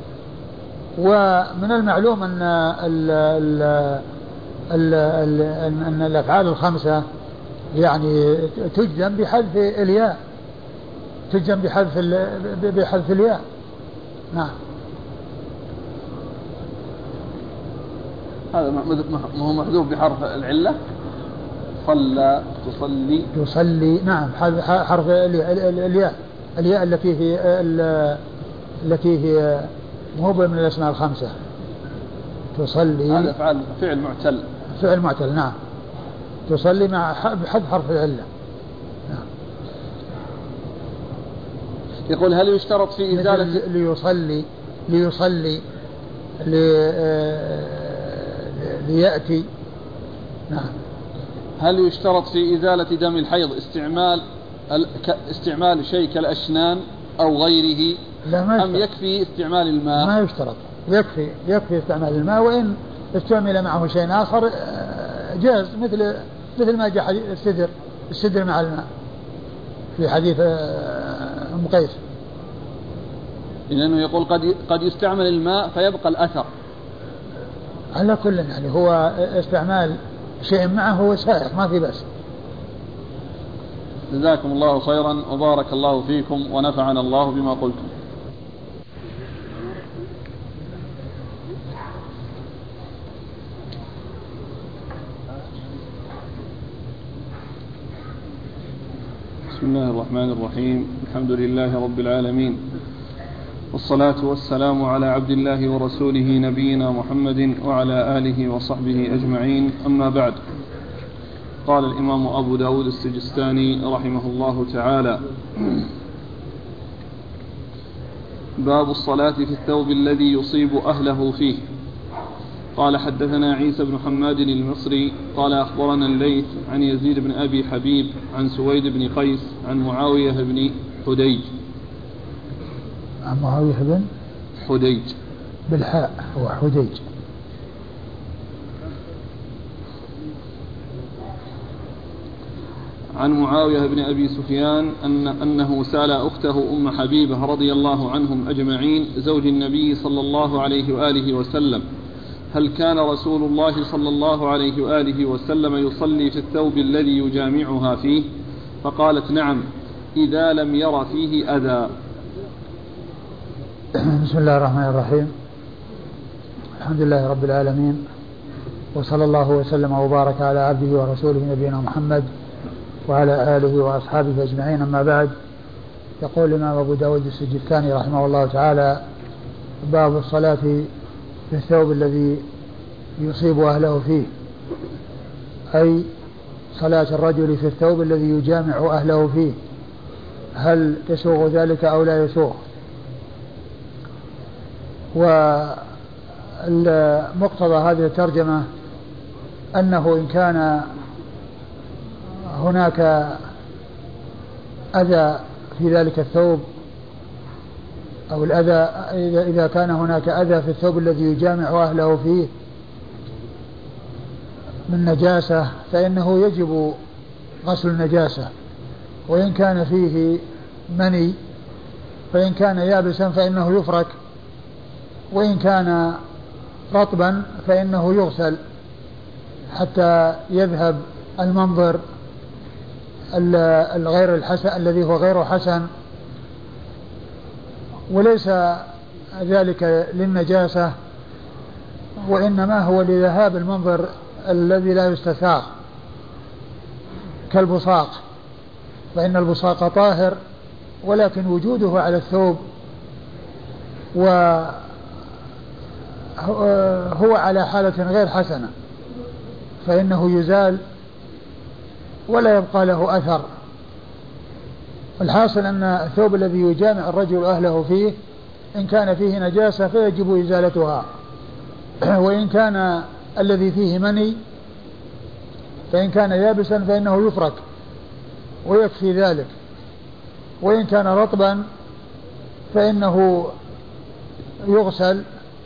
ومن المعلوم أن ال ال ال ال أن الأفعال الخمسة يعني تجزم بحذف الياء، تجزم بحذف بحذف الياء. نعم. هذا ما هو محذوف بحرف العلة. صلى تصلي تصلي نعم، حرف الياء، الياء التي هي التي هي مو من الأسماء الخمسة. تصلي هذا فعل فعل معتل، فعل معتل نعم. تصلي مع بحذف حرف العلة. نعم. يقول هل يشترط في إزالة ليصلي ليصلي لي ليأتي. نعم. هل يشترط في إزالة دم الحيض استعمال استعمال شيء كالأشنان أو غيره، لا ما أم يكفي استعمال الماء؟ ما يشترط، يكفي يكفي استعمال الماء، وإن استعمل معه شيء آخر جاز، مثل مثل ما جاء حديث السدر السدر مع الماء في حديث أم قيس. لأنه يقول قد قد يستعمل الماء فيبقى الأثر. على كل يعني هو استعمال شيء معه هو سائغ ما في بس. جزاكم الله خيرا وبارك الله فيكم ونفعنا الله بما قلتم. بسم الله الرحمن الرحيم. الحمد لله رب العالمين، والصلاة والسلام على عبد الله ورسوله نبينا محمد وعلى آله وصحبه أجمعين، أما بعد. قال الإمام أبو داود السجستاني رحمه الله تعالى: باب الصلاة في الثوب الذي يصيب أهله فيه. قال حدثنا عيسى بن حماد المصري قال أخبرنا الليث عن يزيد بن أبي حبيب عن سويد بن قيس عن معاوية بن حديج عن معاوية بن حديج بالحاء هو حديج عن معاوية بن أبي سفيان أن أنه سأل أخته أم حبيبة رضي الله عنهم أجمعين زوج النبي صلى الله عليه وآله وسلم: هل كان رسول الله صلى الله عليه وآله وسلم يصلي في الثوب الذي يجامعها فيه؟ فقالت: نعم، إذا لم ير فيه أذى. بسم الله الرحمن الرحيم. الحمد لله رب العالمين، وصلى الله وسلم وبارك على عبده ورسوله نبينا محمد وعلى آله وأصحابه أجمعين، أما بعد. يقول الإمام أبو داود السجستاني رحمه الله تعالى: باب الصلاة في الثوب الذي يصيب أهله فيه، أي صلاة الرجل في الثوب الذي يجامع أهله فيه، هل يسوغ ذلك أو لا يسوغ؟ ومقتضى هذه الترجمة أنه إن كان هناك أذى في ذلك الثوب، أو الأذى إذا كان هناك أذى في الثوب الذي يجامع أهله فيه من نجاسة فإنه يجب غسل النجاسة، وإن كان فيه مني فإن كان يابسا فإنه يفرك، وإن كان رطبا فإنه يغسل حتى يذهب المنظر الغير الحسن الذي هو غير حسن، وليس ذلك للنجاسة وإنما هو لذهاب المنظر الذي لا يستساغ كالبصاق، فإن البصاق طاهر ولكن وجوده على الثوب وهو على حالة غير حسنة فإنه يزال ولا يبقى له أثر. الحاصل أن الثوب الذي يجامع الرجل أهله فيه إن كان فيه نجاسة فيجب إزالتها، وإن كان الذي فيه مني فإن كان يابسا فإنه يفرك ويكفي ذلك، وإن كان رطبا فإنه يغسل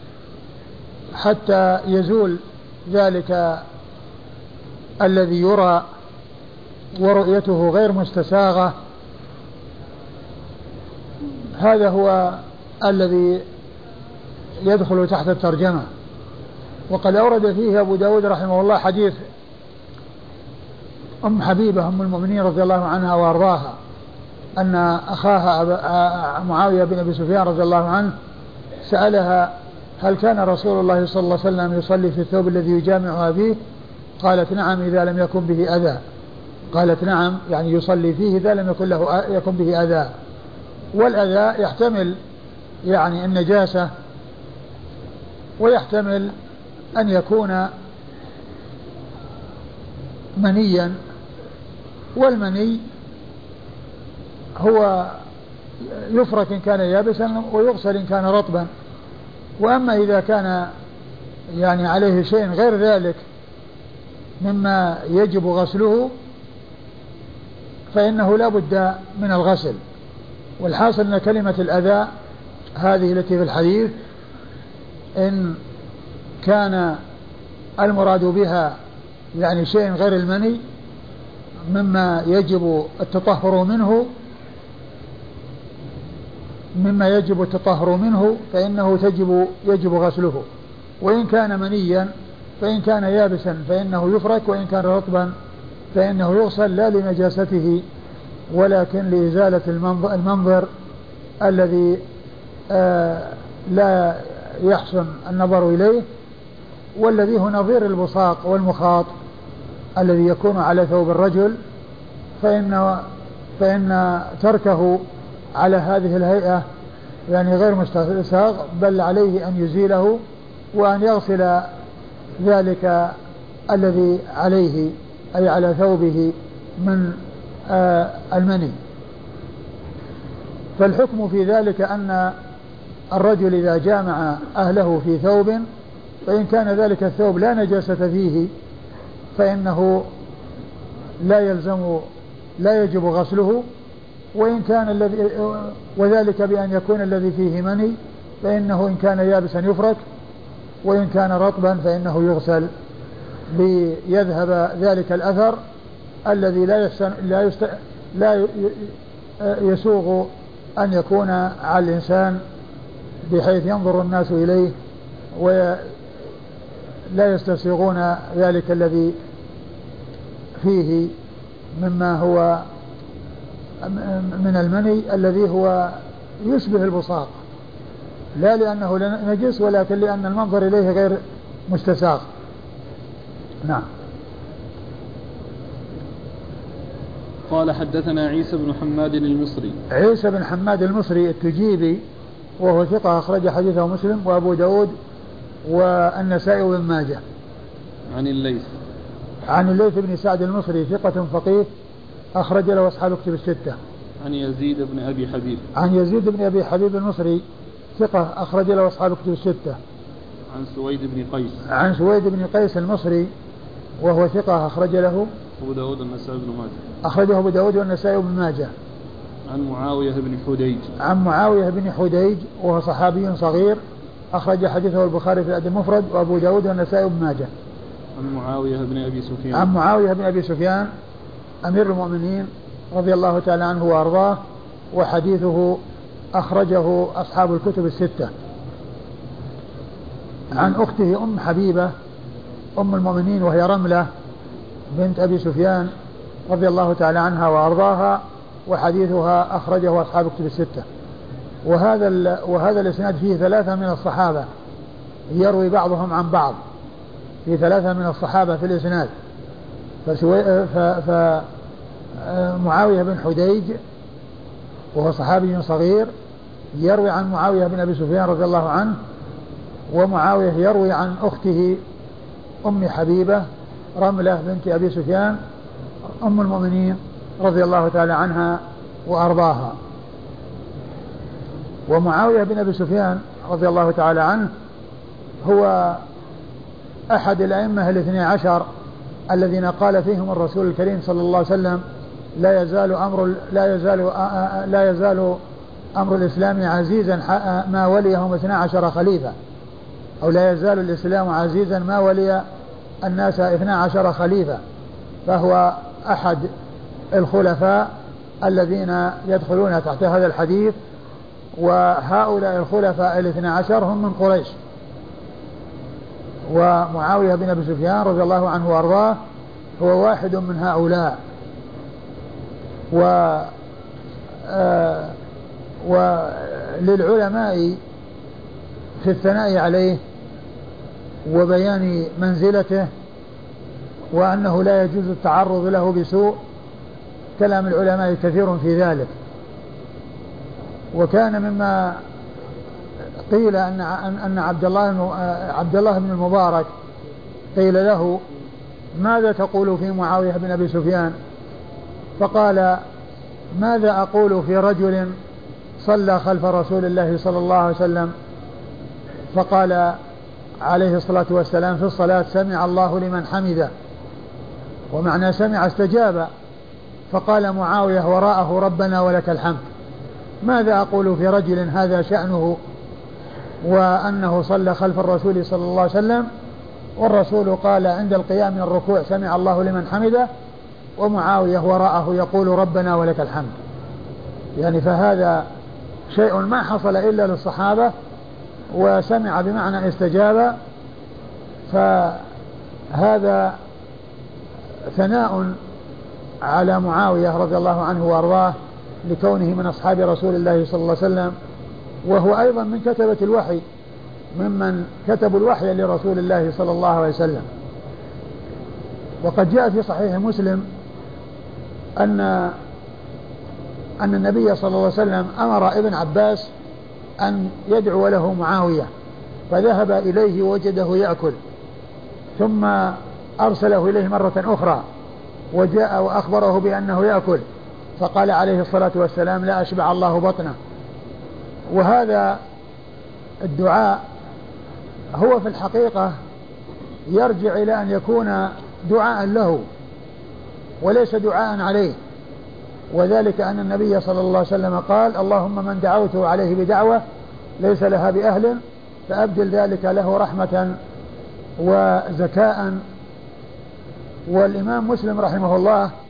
حتى يزول ذلك الذي يرى ورؤيته غير مستساغة. هذا هو الذي يدخل تحت الترجمة. وقد أورد فيه أبو داود رحمه الله حديث أم حبيبة أم المؤمنين رضي الله عنها وأرضاها أن أخاها معاوية بن أبي سفيان رضي الله عنه سألها هل كان رسول الله صلى الله عليه وسلم يصلي في الثوب الذي يجامعها فيه؟ قالت نعم إذا لم يكن به أذى. قالت نعم يعني يصلي فيه إذا لم يكن له يكن به أذى. والأذى يحتمل يعني النجاسة ويحتمل أن يكون منيا، والمني هو يفرك إن كان يابسا ويغسل إن كان رطبا. وأما إذا كان يعني عليه شيء غير ذلك مما يجب غسله فإنه لا بد من الغسل. والحاصل أن كلمة الأذى هذه التي في الحديث إن كان المراد بها يعني شيء غير المني مما يجب التطهر منه مما يجب التطهر منه فإنه تجب يجب غسله. وإن كان منيا فإن كان يابسا فإنه يفرك، وإن كان رطبا فإنه يغسل لا لنجاسته ولكن لإزالة المنظر, المنظر الذي آه لا يحسن النظر إليه، والذي هو نظير البصاق والمخاط الذي يكون على ثوب الرجل، فإن, فإن تركه على هذه الهيئة يعني غير مستساغ، بل عليه أن يزيله وأن يغسل ذلك الذي عليه أي على ثوبه من آه المني. فالحكم في ذلك أن الرجل إذا جامع أهله في ثوب فإن كان ذلك الثوب لا نجاسة فيه فإنه لا يلزم لا يجب غسله، وإن كان الذي وذلك بأن يكون الذي فيه مني فإنه إن كان يابسا يفرك، وإن كان رطبا فإنه يغسل ليذهب ذلك الأثر الذي لا يستن لا, يست لا يسوغ أن يكون على الإنسان بحيث ينظر الناس إليه ولا يستسيغون ذلك الذي فيه مما هو من المني الذي هو يشبه البصاق، لا لأنه نجس ولكن لأن المنظر إليه غير مستساغ. نعم. قال حدثنا عيسى بن حماد المصري. عيسى بن حماد المصري التجيبي وهو ثقة أخرج حديثه مسلم وأبو داود والنسائي وابن ماجه. عن الليث. عن الليث بن سعد المصري ثقة فقيه أخرج له أصحاب كتب الستة. عن يزيد بن أبي حبيب. عن يزيد بن أبي حبيب المصري ثقة أخرج له أصحاب كتب الستة. عن سويد بن قيس. عن سويد بن قيس المصري وهو ثقة أخرج له أبو داود والنسائي بن ماجه. أخرجه أبو داود والنسائي بن ماجه. عن معاوية بن حديج. عن معاوية بن حديج وهو صحابي صغير أخرج حديثه البخاري في الأدب المفرد وأبو داود والنسائي بن ماجه. عن معاوية بن أبي سفيان. عن معاوية بن أبي سفيان أمير المؤمنين رضي الله تعالى عنه وأرضاه، وحديثه أخرجه أصحاب الكتب الستة. عن أخته أم حبيبة أم المؤمنين وهي رملة بنت أبي سفيان رضي الله تعالى عنها وأرضاها، وحديثها أخرجه أصحاب الكتب الستة. وهذا وهذا الإسناد فيه ثلاثة من الصحابة، يروي بعضهم عن بعض، في ثلاثة من الصحابة في الإسناد. فمعاوية بن حديج وهو صحابي صغير يروي عن معاوية بن أبي سفيان رضي الله عنه، ومعاوية يروي عن أخته أم حبيبة رملة بنت أبي سفيان أم المؤمنين رضي الله تعالى عنها وأرضاها. ومعاوية بن أبي سفيان رضي الله تعالى عنه هو أحد الأئمة الاثني عشر الذين قال فيهم الرسول الكريم صلى الله عليه وسلم: لا يزال أمر لا يزال لا يزال أمر الإسلام عزيزا ما وليهم اثنا عشر خليفة، أو لا يزال الإسلام عزيزا ما ولي الناس اثنا عشر خليفة. فهو أحد الخلفاء الذين يدخلون تحت هذا الحديث، وهؤلاء الخلفاء الاثنى عشر هم من قريش. ومعاوية بن أبي سفيان رضي الله عنه وأرضاه هو واحد من هؤلاء. و آه وللعلماء في الثناء عليه وبيان منزلته وأنه لا يجوز التعرض له بسوء كلام العلماء كثير في ذلك. وكان مما قيل أن أن عبد الله عبد الله بن المبارك قيل له: ماذا تقول في معاوية بن أبي سفيان؟ فقال: ماذا أقول في رجل صلى خلف رسول الله صلى الله عليه وسلم فقال عليه الصلاة والسلام في الصلاة: سمع الله لمن حمده، ومعنى سمع استجاب، فقال معاوية وراءه: ربنا ولك الحمد. ماذا أقول في رجل هذا شأنه وأنه صلى خلف الرسول صلى الله عليه وسلم والرسول قال عند القيام من الركوع: سمع الله لمن حمده، ومعاوية وراءه يقول: ربنا ولك الحمد. يعني فهذا شيء ما حصل إلا للصحابة، وسمع بمعنى استجاب. فهذا ثناء على معاوية رضي الله عنه وأرضاه لكونه من أصحاب رسول الله صلى الله عليه وسلم، وهو أيضا من كتبة الوحي، ممن كتبوا الوحي لرسول الله صلى الله عليه وسلم. وقد جاء في صحيح مسلم أن أن النبي صلى الله عليه وسلم أمر ابن عباس أن يدعو له معاوية، فذهب إليه ووجده يأكل، ثم أرسله إليه مرة أخرى وجاء وأخبره بأنه يأكل، فقال عليه الصلاة والسلام: لا أشبع الله بطنه. وهذا الدعاء هو في الحقيقة يرجع إلى أن يكون دعاء له وليس دعاء عليه، وذلك أن النبي صلى الله عليه وسلم قال: اللهم من دعوته عليه بدعوة ليس لها بأهل فأبدل ذلك له رحمة وزكاء. والإمام مسلم رحمه الله